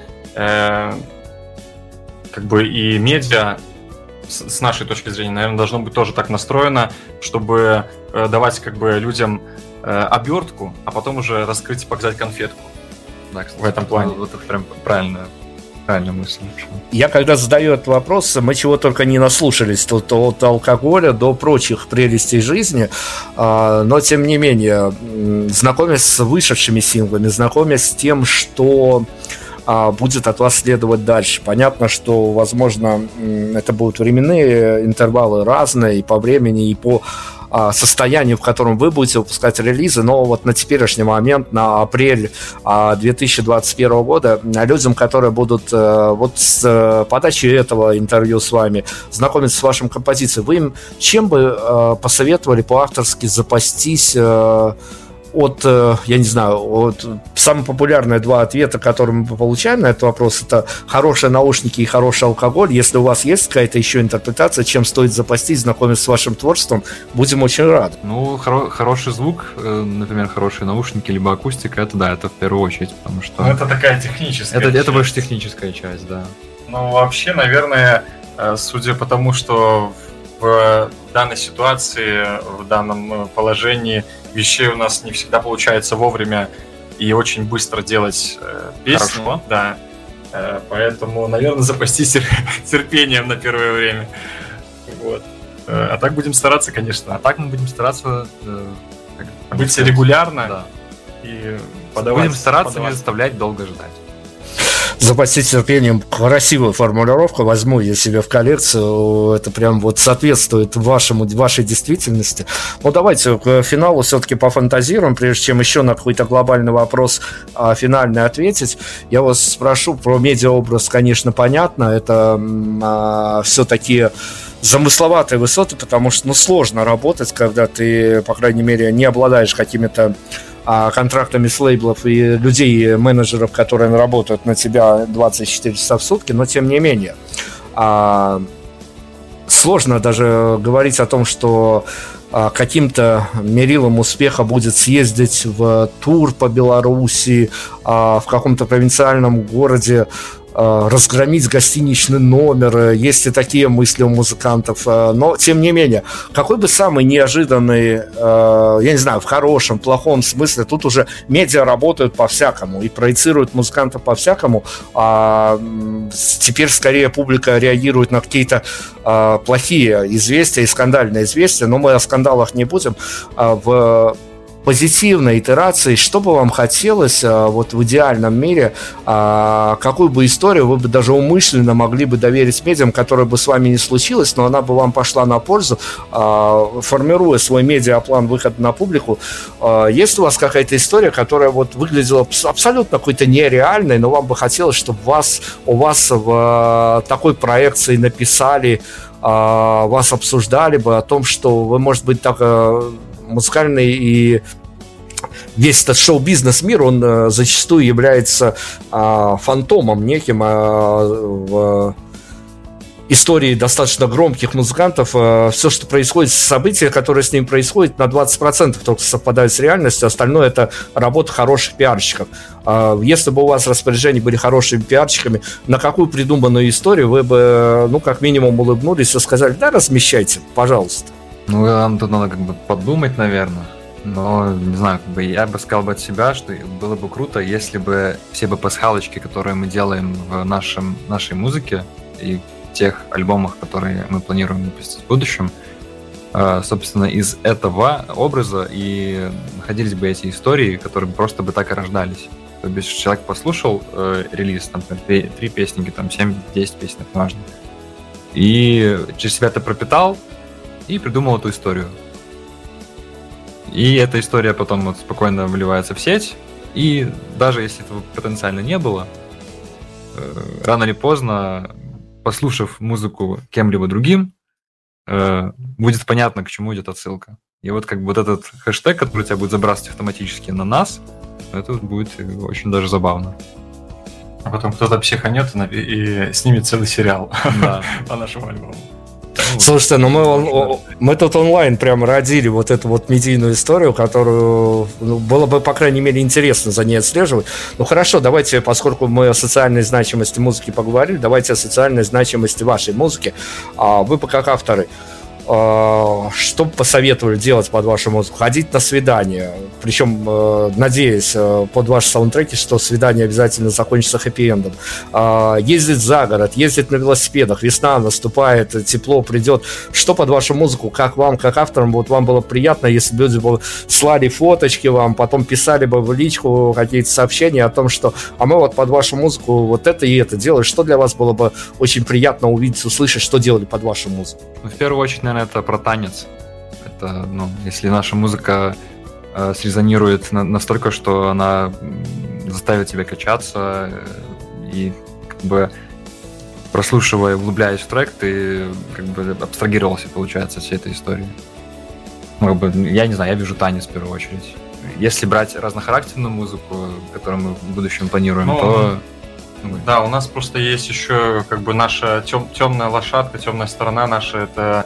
и медиа с нашей точки зрения, наверное, должно быть тоже так настроено, чтобы давать людям обертку, а потом уже раскрыть и показать конфетку. Да, кстати, в этом плане. Вот это прям правильная мысль. Я когда задаю этот вопрос, мы чего только не наслушались, тут от алкоголя до прочих прелестей жизни, но тем не менее, знакомясь с вышедшими синглами, знакомясь с тем, что будет от вас следовать дальше. Понятно, что, возможно, это будут временные интервалы разные и по времени, и по состоянию, в котором вы будете выпускать релизы, но на теперешний момент, на апрель 2021 года, людям, которые будут с подачи этого интервью с вами знакомиться с вашим композицией, вы им чем бы посоветовали по-авторски запастись от, я не знаю, от самые популярные два ответа, которые мы получаем на этот вопрос, это хорошие наушники и хороший алкоголь. Если у вас есть какая-то еще интерпретация, чем стоит запастись, знакомиться с вашим творчеством, будем очень рады. Ну, хороший звук, например, хорошие наушники, либо акустика, это да, это в первую очередь, потому что... Ну, это такая техническая часть. Это больше техническая часть, да. Ну, вообще, наверное, судя по тому, что в данной ситуации, в данном положении вещей у нас не всегда получается вовремя и очень быстро делать песни. Хорошо. Да. Поэтому, наверное, запастись терпением на первое время. Вот. А так будем стараться, конечно. А так мы будем стараться быть регулярно, да. И подавать. Будем стараться не заставлять долго ждать. Запастись терпением, красивую формулировку возьму я себе в коллекцию, это прям вот соответствует вашей действительности. Но давайте к финалу все-таки пофантазируем, прежде чем еще на какой-то глобальный вопрос финальный ответить. Я вас спрошу про медиаобраз, конечно, понятно, это все-таки замысловатые высоты, потому что сложно работать, когда ты, по крайней мере, не обладаешь какими-то контрактами с лейблов и людей, менеджеров, которые работают на тебя 24 часа в сутки, но тем не менее сложно даже говорить о том, что каким-то мерилом успеха будет съездить в тур по Беларуси, в каком-то провинциальном городе разгромить гостиничный номер. Есть и такие мысли у музыкантов. Но, тем не менее, какой бы самый неожиданный, я не знаю, в хорошем, плохом смысле, тут уже медиа работают по-всякому и проецируют музыкантов по-всякому. Теперь скорее публика реагирует на какие-то плохие известия и скандальные известия, но мы о скандалах не будем. В позитивной итерации, что бы вам хотелось вот в идеальном мире, какую бы историю вы бы даже умышленно могли бы доверить медиам, которая бы с вами не случилась, но она бы вам пошла на пользу, формируя свой медиаплан выхода на публику. Есть у вас какая-то история, которая вот выглядела абсолютно какой-то нереальной, но вам бы хотелось, чтобы у вас в такой проекции написали, вас обсуждали бы о том, что вы, может быть, так музыкальный и весь этот шоу-бизнес-мир, он зачастую является фантомом неким в истории достаточно громких музыкантов. Все, что происходит, события, которые с ним происходят, на 20% только совпадают с реальностью, остальное это работа хороших пиарщиков. Если бы у вас в распоряжении были хорошими пиарщиками, на какую придуманную историю вы бы, как минимум, улыбнулись и сказали: да, размещайте, пожалуйста. Ну, нам тут надо подумать, наверное. Но, не знаю, я бы сказал бы от себя, что было бы круто, если бы все бы пасхалочки, которые мы делаем в нашей музыке и тех альбомах, которые мы планируем выпустить в будущем, собственно, из этого образа и находились бы эти истории, которые просто бы так и рождались. То есть человек послушал релиз, там, 3 песенки, там, 7-10 песен, это важно, и через себя это пропитал, и придумал эту историю. И эта история потом вот спокойно вливается в сеть, и даже если этого потенциально не было, рано или поздно, послушав музыку кем-либо другим, будет понятно, к чему идет отсылка. И вот как бы вот этот хэштег, который тебя будет забрасывать автоматически на нас, это будет очень даже забавно. А потом кто-то психанет и снимет целый сериал по нашему альбому. Слушайте, мы тут онлайн прям родили вот эту вот медийную историю, которую было бы, по крайней мере, интересно за ней отслеживать. Ну хорошо, давайте, поскольку мы о социальной значимости музыки поговорили, давайте о социальной значимости вашей музыки. Вы как авторы, что бы посоветовали делать под вашу музыку? Ходить на свидание, причем, надеюсь, под ваши саундтреки, что свидание обязательно закончится хэппи-эндом. Ездить за город, ездить на велосипедах, весна наступает, тепло придет. Что под вашу музыку, как вам, как авторам, вот вам было приятно, если бы люди бы слали фоточки вам, потом писали бы в личку какие-то сообщения о том, что мы вот под вашу музыку вот это и это делаем. Что для вас было бы очень приятно увидеть, услышать, что делали под вашу музыку? В первую очередь, наверное, это про танец. Это, если наша музыка срезонирует настолько, что она заставит тебя качаться, и как бы прослушивая, углубляясь в трек, ты как бы абстрагировался, получается, от всей этой истории. Я не знаю, я вижу танец в первую очередь. если брать разнохарактерную музыку, которую мы в будущем планируем, Ну, то... Да, у нас просто есть еще как бы наша темная лошадка, темная сторона наша, это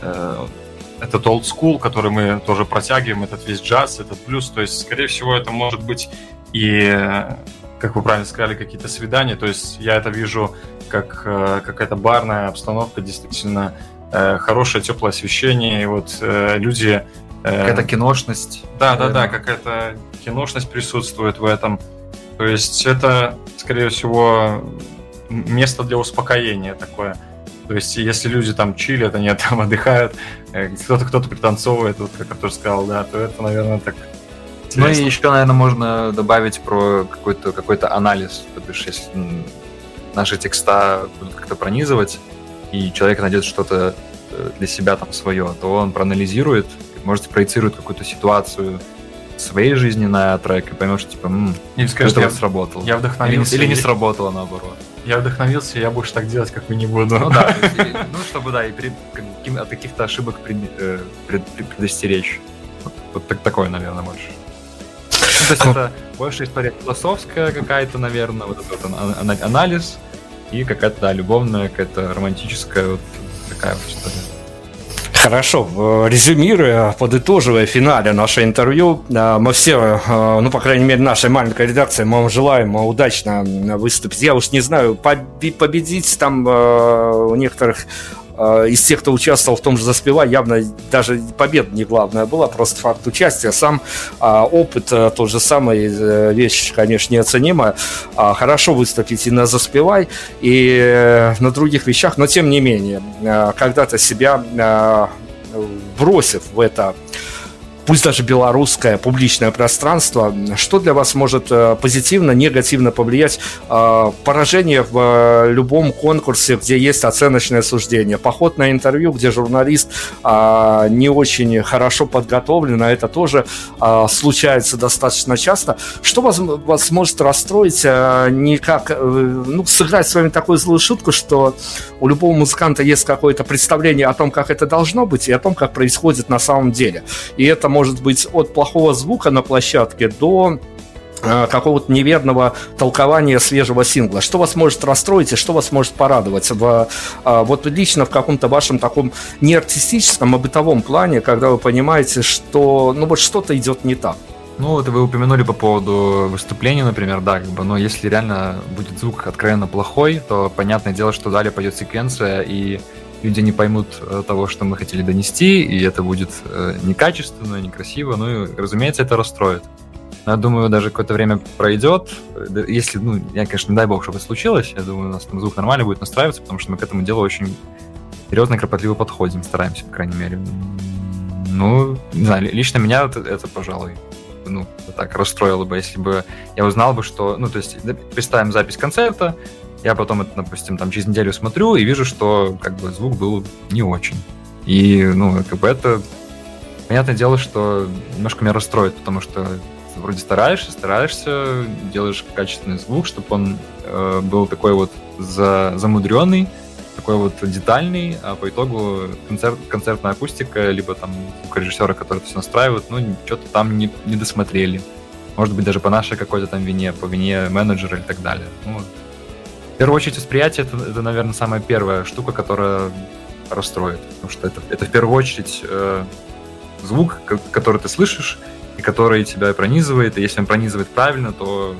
этот old school, который мы тоже протягиваем, этот весь джаз, этот блюз, то есть, скорее всего, это может быть и, как вы правильно сказали, какие-то свидания, то есть я это вижу как какая-то барная обстановка, действительно хорошее, теплое освещение, и вот люди... Какая-то киношность. Да, какая-то киношность присутствует в этом. То есть это, скорее всего, место для успокоения такое. То есть если люди там чилят, они там отдыхают, кто-то пританцовывает, вот как Артур сказал, да, то это, наверное, так Ну интересно. и еще, наверное, можно добавить про какой-то анализ, потому что если наши текста будут как-то пронизывать, и человек найдет что-то для себя там свое, то он проанализирует, может, проецирует какую-то ситуацию своей жизни на трек и поймет, что типа, Или скажет, это вот сработало. я вдохновился. Или не сработало, наоборот. Я вдохновился, я больше так делать, как вы, не буду. Ну да, то есть, чтобы, да, и от каких-то ошибок предостеречь. Вот такое, наверное, больше. Ну, то есть это больше история философская какая-то, наверное, вот этот вот анализ и какая-то, да, любовная, какая-то романтическая вот такая вот история. Хорошо, резюмируя, подытоживая финале наше интервью, мы все, ну, по крайней мере, нашей маленькой редакции, мы вам желаем удачно выступить. Я уж не знаю, победить там у некоторых из тех, кто участвовал в том же «Заспевай», явно даже победа не главная была, просто факт участия. Сам опыт, тот же самый, вещь, конечно, неоценимая. Хорошо выступить и на «Заспевай», и на других вещах, но тем не менее, когда-то себя бросив в это, пусть даже белорусское публичное пространство, что для вас может позитивно, негативно повлиять? Поражение в любом конкурсе, где есть оценочное суждение, поход на интервью, где журналист не очень хорошо подготовлен, а это тоже случается достаточно часто. Что вас может расстроить? Никак, ну, сыграть с вами такую злую шутку, что у любого музыканта есть какое-то представление о том, как это должно быть, и о том, как происходит на самом деле. И это может быть от плохого звука на площадке до какого-то неверного толкования свежего сингла. Что вас может расстроить и что вас может порадовать вот лично в каком-то вашем таком не артистическом, а бытовом плане, когда вы понимаете, что ну вот что-то идет не так? Ну, вот вы упомянули по поводу выступления, например, да, как бы, но если реально будет звук откровенно плохой, то понятное дело, что далее пойдет секвенция, и люди не поймут того, что мы хотели донести, и это будет некачественно, некрасиво, ну и, разумеется, это расстроит. Но я думаю, даже какое-то время пройдет, если, ну, я, конечно, не дай бог, чтобы это случилось, я думаю, у нас там звук нормально будет настраиваться, потому что мы к этому делу очень серьезно и кропотливо подходим, стараемся, по крайней мере. Ну, не знаю, лично меня это пожалуй, ну, так расстроило бы, если бы я узнал бы, что, ну, то есть, представим запись концерта, я потом это, допустим, там через неделю смотрю и вижу, что как бы звук был не очень. И, ну, как бы это, понятное дело, что немножко меня расстроит, потому что вроде стараешься, делаешь качественный звук, чтобы он был такой вот замудренный, такой вот детальный, а по итогу концертная акустика, либо там звукорежиссеры, которые это все настраивают, ну, что-то там не досмотрели. Может быть, даже по нашей какой-то там вине, по вине менеджера и так далее. Ну, в первую очередь, восприятие это, наверное, самая первая штука, которая расстроит. Потому что это в первую очередь звук, который ты слышишь, и который тебя пронизывает. И если он пронизывает правильно, то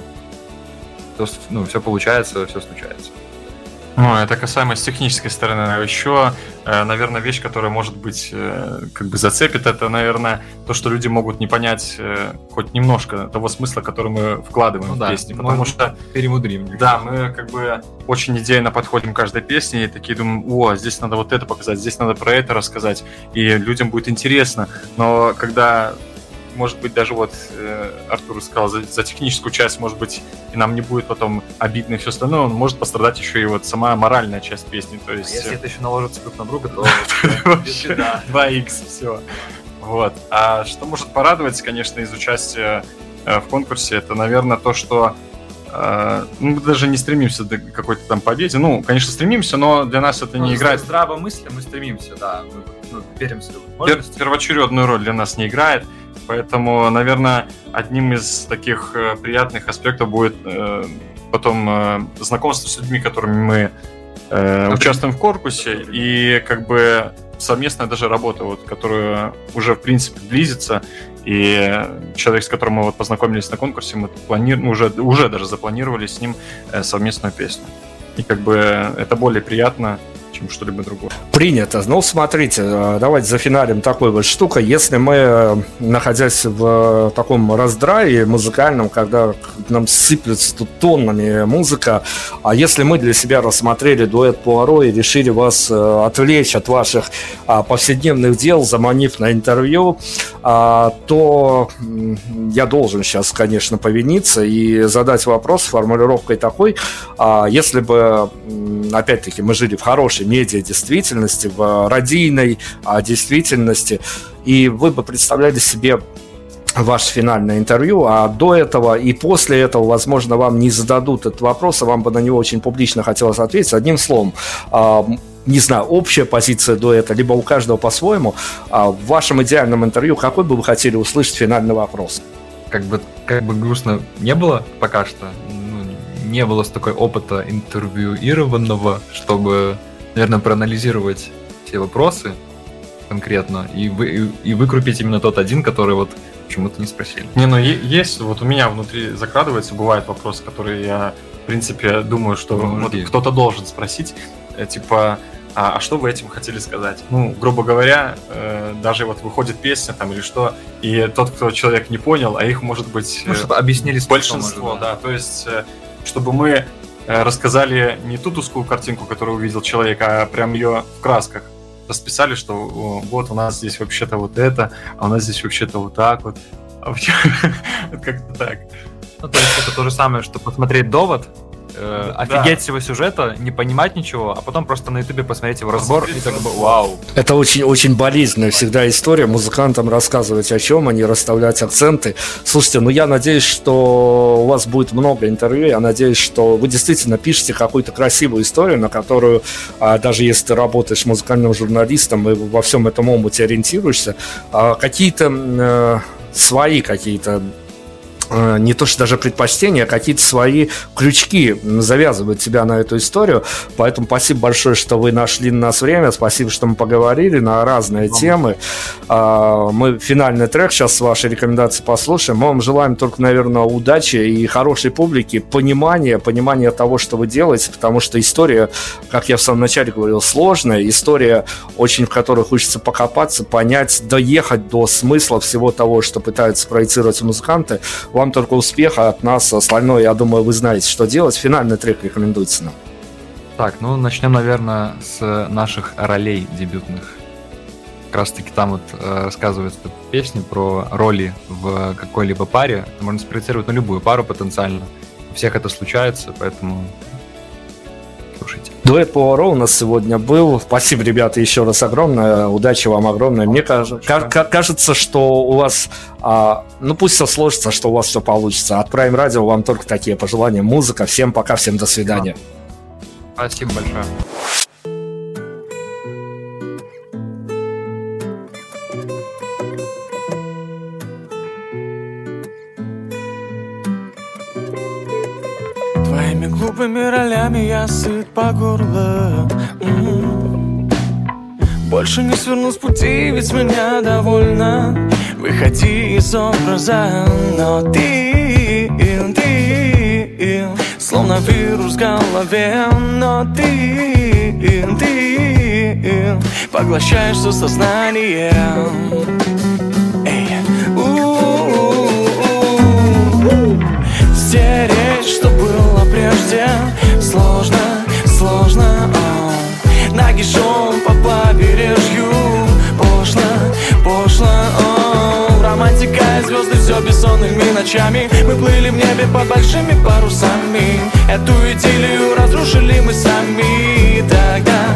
ну, все получается, все случается. Ну, это касаемо с технической стороны. Еще, наверное, вещь, которая, может быть, как бы зацепит, это, наверное, то, что люди могут не понять хоть немножко того смысла, который мы вкладываем в песни. Потому что перемудрим. Да, мы как бы очень идейно подходим к каждой песне и такие думаем, о, здесь надо вот это показать, здесь надо про это рассказать, и людям будет интересно. Но когда... Может быть, даже вот Артур сказал, за техническую часть, может быть, и нам не будет потом обидно и все остальное, он может пострадать еще и вот сама моральная часть песни. То есть... Если это еще наложится друг на друга, то вообще 2х все. Вот. А что может порадовать, конечно, из участия в конкурсе, это, наверное, то, что мы даже не стремимся до какой-то там победе. Ну, конечно, стремимся, но для нас это не играет... Здраво мысли мы стремимся, да. Мы верим в свою Первоочередную роль для нас не играет. Поэтому, наверное, одним из таких приятных аспектов будет потом знакомство с людьми, которыми мы участвуем в конкурсе, и как бы совместная даже работа, вот, которая уже, в принципе, близится, и человек, с которым мы вот познакомились на конкурсе, мы уже даже запланировали с ним совместную песню. И как бы это более приятно, чем что-либо другое. Принято. Ну, смотрите, давайте зафиналим такой вот штукой. Если мы, находясь в таком раздрае музыкальном, когда нам сыплется тут тоннами музыка, а если мы для себя рассмотрели дуэт Пуаро и решили вас отвлечь от ваших повседневных дел, заманив на интервью, то я должен сейчас, конечно, повиниться и задать вопрос с формулировкой такой: если бы, опять-таки, мы жили в хорошей медиа-действительности, в радийной действительности, и вы бы представляли себе ваше финальное интервью, а до этого и после этого, возможно, вам не зададут этот вопрос, а вам бы на него очень публично хотелось ответить. Одним словом, не знаю, общая позиция дуэта, либо у каждого по-своему, в вашем идеальном интервью какой бы вы хотели услышать финальный вопрос? Как бы грустно не было пока что, не было столько опыта интервьюированного, чтобы, наверное, проанализировать все вопросы конкретно и выкрупить именно тот один, который вот почему-то не спросили. Есть, вот у меня внутри закрадывается, бывает вопрос, который я, в принципе, думаю, что вот кто-то должен спросить, типа, а что вы этим хотели сказать? Ну, грубо говоря, даже вот выходит песня там или что, и тот, кто человек не понял, а их может быть чтобы объяснили большинство, может, да, то есть чтобы мы рассказали не ту узкую картинку, которую увидел человек, а прям ее в красках расписали, что вот у нас здесь вообще-то вот это, а у нас здесь вообще-то вот так вот. Как-то так. Ну, то есть это то же самое, что посмотреть «Довод», офигеть всего сюжета, не понимать ничего, а потом просто на ютубе посмотреть его разбор и так бы вау. Это очень болезненная всегда история, музыкантам рассказывать о чем, а не расставлять акценты. Слушайте, я надеюсь, что у вас будет много интервью, я надеюсь, что вы действительно пишете какую-то красивую историю, на которую, даже если ты работаешь музыкальным журналистом и во всем этом омуте ориентируешься, какие-то свои не то что даже предпочтения, а какие-то свои крючки завязывают тебя на эту историю. Поэтому спасибо большое, что вы нашли на нас время. Спасибо, что мы поговорили на разные темы. Мы финальный трек сейчас с вашей рекомендацией послушаем. Мы вам желаем только, наверное, удачи и хорошей публики, понимания того, что вы делаете, потому что история, как я в самом начале говорил, сложная. История, очень в которой хочется покопаться, понять, доехать до смысла всего того, что пытаются проецировать музыканты. Вам только успеха от нас, остальное, я думаю, вы знаете, что делать. Финальный трек рекомендуется нам. Так, начнем, наверное, с наших ролей дебютных. Как раз таки там вот рассказывается песня про роли в какой-либо паре. Это можно спроецировать на любую пару потенциально. У всех это случается, поэтому слушайте. Дуэт Пуаро у нас сегодня был. Спасибо, ребята, еще раз огромное. Удачи вам огромное. Мне кажется, что у вас, пусть все сложится, что у вас все получится. От Prime Radio вам только такие пожелания. Музыка. Всем пока, всем до свидания. Спасибо большое. Твоими глупыми ролями я сыт по горло. Больше не сверну с пути, ведь с меня довольно. Выходи из образа, но ты словно вирус в голове, но ты поглощаешь все сознание. Стереть, что было прежде, сложно, нагишом по побережью, пошло, романтика и звезды, все бессонными ночами. Мы плыли в небе под большими парусами. Эту идиллию разрушили мы сами. Тогда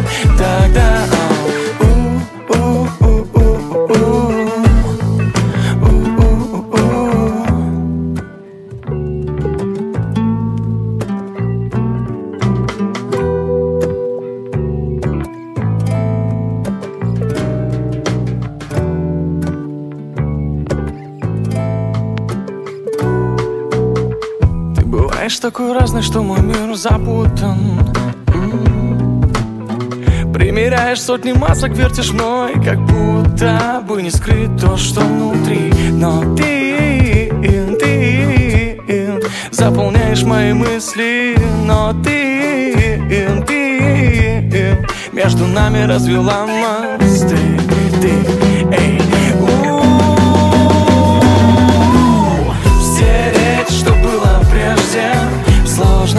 Знаешь, такой разный, что мой мир запутан. Примеряешь сотни масок, вертишь мной, как будто бы не скрыт то, что внутри. Но ты заполняешь мои мысли. Но ты между нами развела мосты. Стереть, что было прежде, сложно,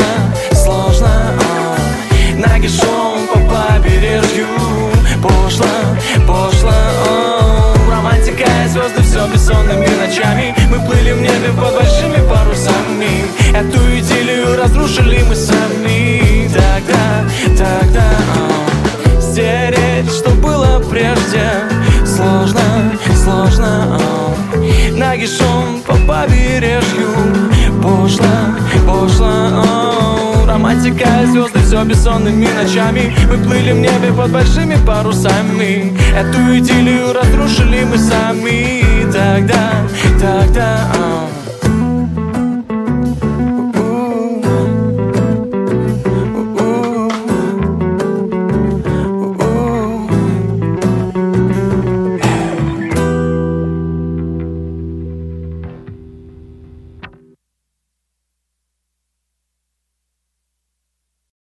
нагишом по побережью. Пошло, романтика и звезды, все бессонными ночами. Мы плыли в небе под большими парусами. Эту идиллию разрушили мы сами. Тогда стереть, что было прежде, сложно, нагишом по побережью. Пошло, романтика и звезды, все бессонными ночами. Мы плыли в небе под большими парусами. Эту идиллию разрушили мы сами. Тогда